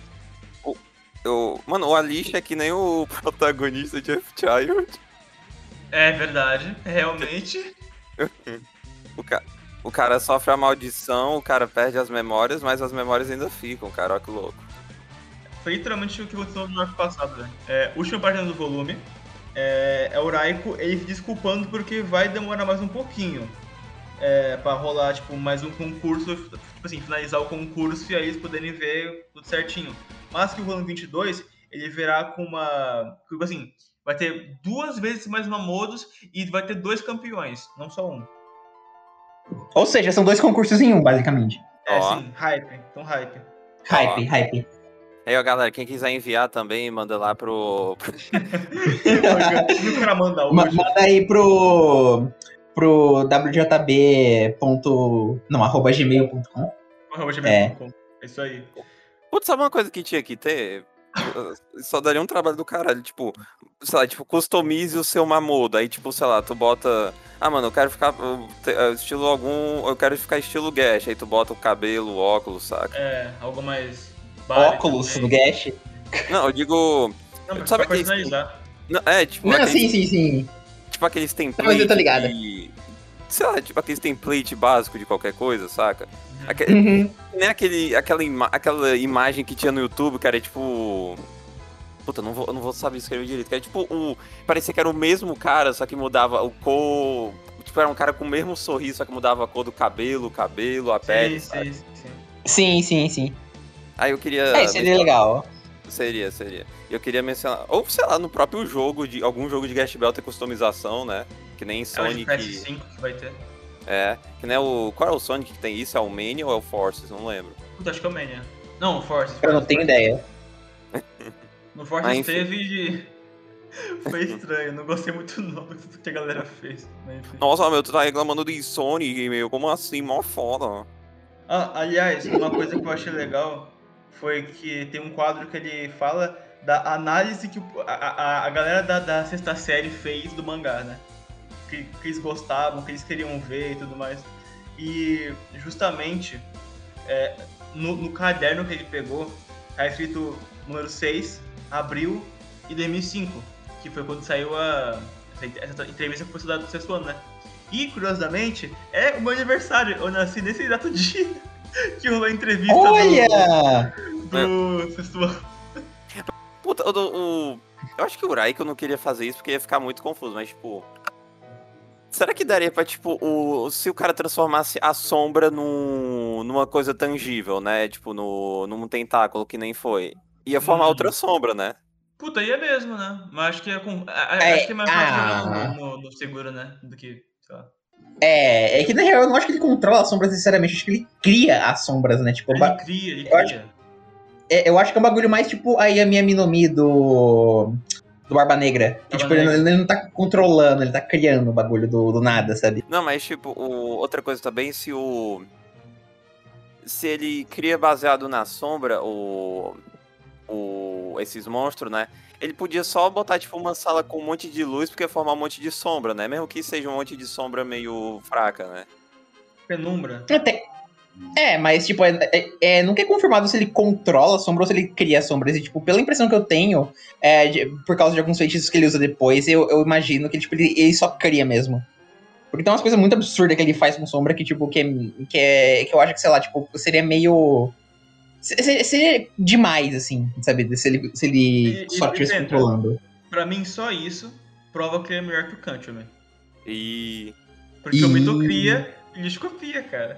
Eu, mano, o Alicia é que nem o protagonista de F-Child. É verdade, realmente. o, ca o cara sofre a maldição, o cara perde as memórias, mas as memórias ainda ficam, cara, olha que louco. Foi literalmente o que aconteceu no arco passado, né? É, última parte do volume, é, é o Raiko, ele se desculpando porque vai demorar mais um pouquinho. É, pra rolar, tipo, mais um concurso, tipo assim, finalizar o concurso e aí eles poderem ver tudo certinho. Mas que o volume vinte e dois, ele verá com uma... Tipo assim, vai ter duas vezes mais Mamodos e vai ter dois campeões, não só um. Ou seja, são dois concursos em um, basicamente. É, oh. sim, hype, então hype. Hype, oh. hype. Aí, ó, galera, quem quiser enviar também, manda lá pro... O cara manda hoje. Manda aí pro... pro w j b. Não, arroba gmail ponto com. arroba gmail ponto com. É. é isso aí. Putz, sabe uma coisa que tinha que ter? Só daria um trabalho do caralho, tipo, sei lá, tipo, customize o seu Mamodo. Aí, tipo, sei lá, tu bota... Ah, mano, eu quero ficar estilo algum... Eu quero ficar estilo Gash. Aí tu bota o cabelo, o óculos, saca? É, algo mais... Óculos no Gash? Não, eu digo... Não, sabe pra personalizar. Não, é, tipo... Não, aqueles... sim, sim, sim. Tipo aqueles templates... Mas eu tô ligado. De... Sei lá, tipo aqueles template básico de qualquer coisa, saca? Aquele, uhum. Nem aquele, aquela, ima aquela imagem que tinha no YouTube, que era tipo... Puta, não vou, não vou saber escrever direito. Que era tipo um... Parecia que era o mesmo cara, só que mudava o cor... Tipo, era um cara com o mesmo sorriso, só que mudava a cor do cabelo, o cabelo, a pele, sim, sabe? Sim, sim. Sim, sim, sim. Aí eu queria... É, seria legal. Seria, seria. Eu queria mencionar... Ou, sei lá, no próprio jogo, de algum jogo de Gash Bell ter customização, né? Que nem Sonic... É o P S cinco que vai ter. É, que nem o... Qual é o Sonic que tem isso? É o Mania ou é o Forces? Não lembro. Puta, acho que é o Mania. Não, o Forces. Eu não tenho ideia. No Forces teve... Foi estranho, não gostei muito não do que a galera fez. Mas, nossa, meu, tu tá reclamando de Sonic, meu, como assim? Mó foda. Ah, aliás, uma coisa que eu achei legal foi que tem um quadro que ele fala da análise que a, a, a galera da, da sexta série fez do mangá, né? Que, que eles gostavam, que eles queriam ver e tudo mais. E justamente, é, no, no caderno que ele pegou, tá escrito número seis, abril de dois mil e cinco, que foi quando saiu a, essa entrevista com o professor do sexto ano, né? E, curiosamente, é o meu aniversário. Eu nasci nesse exato dia que rolou a entrevista Olha! do, do sexto ano. Puta, o, o, eu acho que o Raiko não queria fazer isso porque ia ficar muito confuso, mas, tipo... Será que daria pra, tipo, o, se o cara transformasse a sombra num, numa coisa tangível, né? Tipo, no, num tentáculo que nem foi. Ia formar Hum. outra sombra, né? Puta, ia mesmo, né? Mas acho que é, com, a, a, É, acho que é mais fácil ah. no, no, no seguro, né? Do que, sei lá. É, é que na real eu não acho que ele controla as sombras necessariamente, acho que ele cria as sombras, né? Tipo, Ele ba- cria, ele eu cria. acho- é, eu acho que é um bagulho mais tipo a Yami Yami no Mi do. Do Barba Negra. Que, Barba tipo, ele, Negra. não- ele não tá controlando, ele tá criando o bagulho do, do nada, sabe? Não, mas, tipo, o, outra coisa também, se o... Se ele cria baseado na sombra, o... o esses monstros, né? Ele podia só botar, tipo, uma sala com um monte de luz, porque ia formar um monte de sombra, né? Mesmo que seja um monte de sombra meio fraca, né? Penumbra. Até- É, mas, tipo, é, é- é- nunca é confirmado se ele controla a sombra ou se ele cria sombras. E, tipo, pela impressão que eu tenho, é, de- por causa de alguns feitiços que ele usa depois, eu, eu imagino que, tipo, ele, ele só cria mesmo. Porque tem umas coisas muito absurdas que ele faz com sombra que, tipo, que, é- que, é, que eu acho que, sei lá, tipo, seria meio... se- se- Seria demais, assim, sabe? Se ele, se ele E- só e- estivesse e pensa. controlando. Pra mim, só isso prova que ele é melhor que o Kanchoman. E... Porque E- o Mito cria e o Lich copia, cara.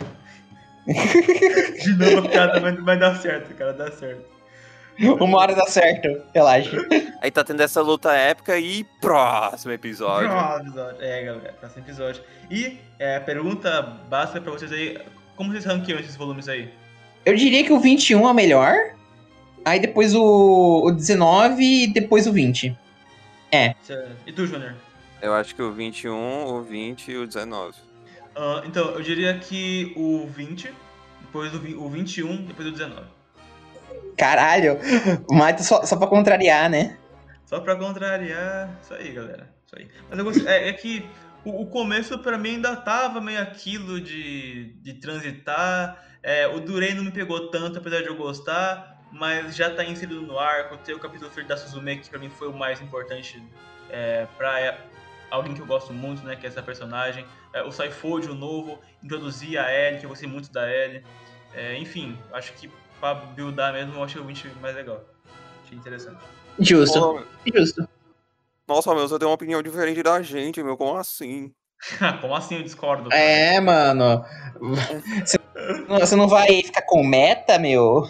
De novo a piada vai, vai dar certo, cara, dá certo. Uma hora dá certo, relaxa. Aí tá tendo essa luta épica e próximo episódio. Próximo episódio. É, galera, próximo episódio. E é, a pergunta básica pra vocês aí, como vocês ranqueiam esses volumes aí? Eu diria que o vinte e um é o melhor. Aí depois o, o dezenove e depois o vinte. E tu, Júnior? Eu acho que o vinte e um, o vinte e o dezenove. Ah, então, eu diria que o vinte, depois o, vi- o vinte e um, depois o dezenove. Caralho, mas só, só pra contrariar, né? Só pra contrariar, isso aí, galera. Isso aí. Mas eu gostei, é, é que o, o começo pra mim ainda tava meio aquilo de, de transitar. É, o Durei não me pegou tanto, apesar de eu gostar, mas já tá inserido no arco. Tem o capítulo Filho da Suzume, que pra mim foi o mais importante é, pra é, alguém que eu gosto muito, né? Que é essa personagem. É, o Saifojo, o novo, introduzir a Ellie, que eu gostei muito da Ellie. É, enfim, acho que pra buildar mesmo, eu achei o vinte mais legal. Achei interessante. Justo, Pô, justo. nossa, meu, você tem uma opinião diferente da gente, meu. Como assim? Como assim eu discordo? Cara? É, mano. Você não, você não vai ficar com meta, meu?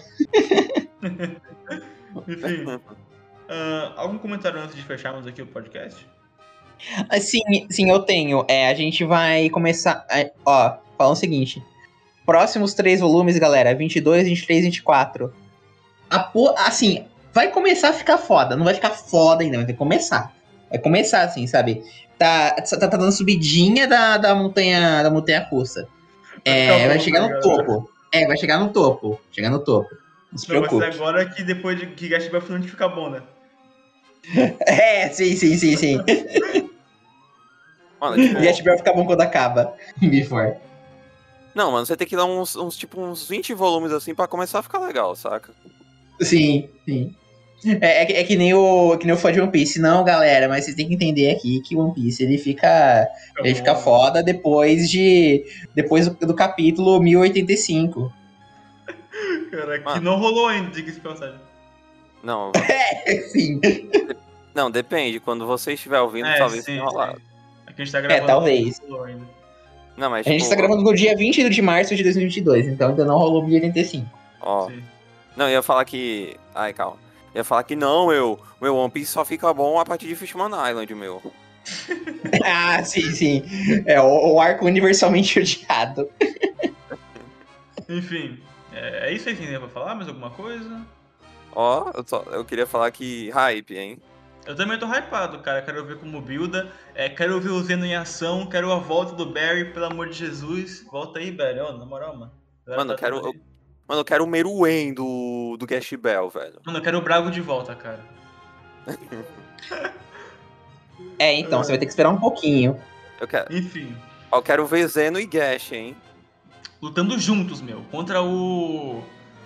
Enfim. ah, algum comentário antes de fecharmos aqui o podcast? Ah, Sim, sim, eu tenho. É, a gente vai começar. é, ó, falando o seguinte: próximos três volumes, galera: vinte e dois, vinte e três, vinte e quatro. A po- assim, vai começar a ficar foda. Não vai ficar foda ainda, mas vai começar. Vai começar, assim, sabe? Tá, tá, tá dando subidinha da, da montanha da montanha russa. É, ficar vai bom, chegar né, no galera? topo. É, vai chegar no topo. Chegar no topo. Não se Não, vai ser preocupe. agora que depois de que Gash vai finalmente ficar bom, né? É, sim, sim, sim, sim. Mano, tipo, Get vai ficar bom quando acaba. Before. não, mano, você tem que dar uns, uns, tipo, uns vinte volumes assim pra começar a ficar legal, saca? Sim, sim. É, é, que- é que nem o é que nem o fã de One Piece. Não, galera, mas vocês têm que entender aqui que One Piece ele fica, ele bom, fica né? foda depois de depois do, do capítulo mil e oitenta e cinco. Cara, que Mano. não rolou ainda, diga-se de passagem. Não, É, sim. não, depende. Quando você estiver ouvindo, É, talvez sim, tenha rolado. sim. Aqui a gente tá gravando. talvez. Não rolou ainda. Não, mas A gente tipo, tá gravando no dia vinte de março de dois mil e vinte e dois, então ainda não rolou mil e oitenta e cinco. ó. Sim. Não, eu ia falar que. Ai, calma. Eu ia falar que não, meu. Meu One Piece só fica bom a partir de Fishman Island, meu. Ah, sim, sim. É o, o arco universalmente odiado. Enfim, é, é isso aí que tem pra falar? Mais alguma coisa? Ó, eu, só, eu queria falar que hype, hein? Eu também tô hypado, cara. Quero ver como builda. É, quero ver o Zeno em ação. Quero a volta do Barry, pelo amor de Jesus. Volta aí, Barry. Ó, na moral, mano. Galera, Mano, eu tá quero. tudo Eu, aí. mano, eu quero o Meruem do, do Gash Bell, velho. Mano, eu quero o Brago de volta, cara. É, então, você vai ter que esperar um pouquinho. Eu quero. Enfim. Eu quero ver Zeno e Gash, hein? Lutando juntos, meu. Contra o.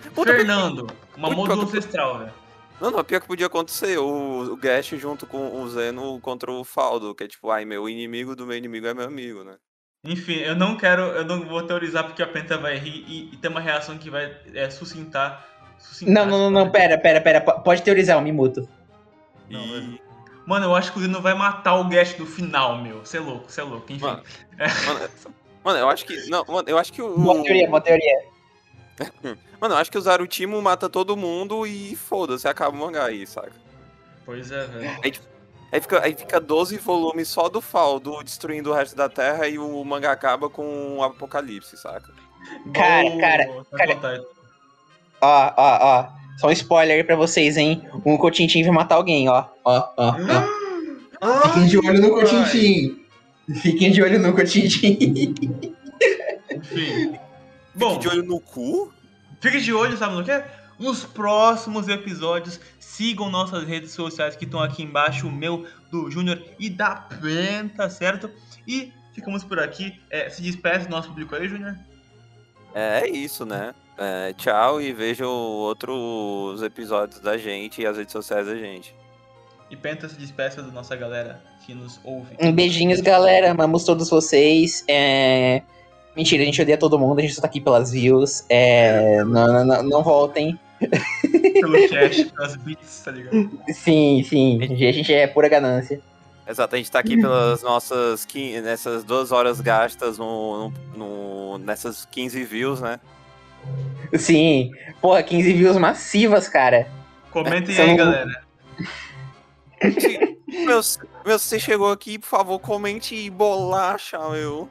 Puta, Fernando, uma Muito moda pior que- ancestral, velho. Não, não, pior que podia acontecer. O, o Gash junto com o Zeno contra o Faldo, que é tipo, ai, meu inimigo do meu inimigo é meu amigo, né? Enfim, eu não quero, eu não vou teorizar porque a Penta vai rir e, e ter uma reação que vai é, sucintar. sucintar Não, não, não, não, pera, pera, pera. po- Pode teorizar, eu me muto. Não, E. Mano, eu acho que o Zeno vai matar o Gash no final, meu. Você é louco, você é louco. Enfim. Mano, mano, mano, eu acho que. Não, mano, eu acho que o. Boa teoria, boa teoria. Mano, eu acho que o Zarutimo mata todo mundo e foda-se, acaba o mangá aí, saca? Pois é, velho. Aí, tipo, aí, fica, aí fica doze volumes só do Faldo destruindo o resto da Terra e o mangá acaba com o apocalipse, saca? Cara, Igual o cara, Attack cara. on Titan. Ó, ó, ó. Só um spoiler aí pra vocês, hein? Um Cotintin vai matar alguém, ó. Ó, ó, ó. Fiquem de olho no Cotintin. Fiquem de olho no Cotintin. Enfim. Fique Bom, de olho no cu? fique de olho, sabe no quê? Nos próximos episódios, sigam nossas redes sociais que estão aqui embaixo, o meu, do Júnior e da Penta, certo? E ficamos por aqui. É, se despeça do nosso público aí, Júnior. É isso, né? É, tchau e vejam outros episódios da gente e as redes sociais da gente. E Penta, se despeça da nossa galera que nos ouve. Um beijinhos, galera. Amamos todos vocês. É... Mentira, a gente odeia todo mundo. A gente só tá aqui pelas views. É... Não, não, não, não voltem. Pelo cast, pelas beats, tá ligado? Sim, sim. A gente é pura ganância. Exato, a gente tá aqui pelas nossas quinze, nessas duas horas gastas no, no- no- nessas quinze views, né? Sim. Porra, quinze views massivas, cara. Comentem São- aí, galera. Se- Meu, se- meu, se você chegou aqui, por favor, comente bolacha, meu.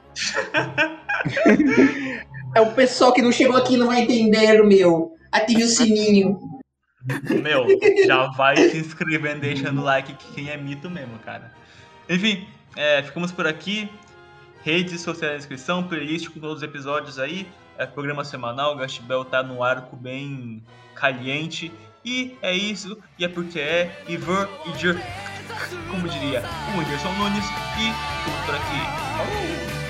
É o pessoal que não chegou aqui não vai entender, meu. Ative o sininho. Meu, já vai se inscrevendo, deixando o like, que quem é mito mesmo, cara. Enfim, é, ficamos por aqui. Redes sociais na descrição, playlist com todos os episódios aí. É programa semanal, o Gast Bell tá no arco bem caliente. E é isso, e é porque é, e ver, e jer, como diria o Whindersson Nunes. E ficamos por aqui. Falou!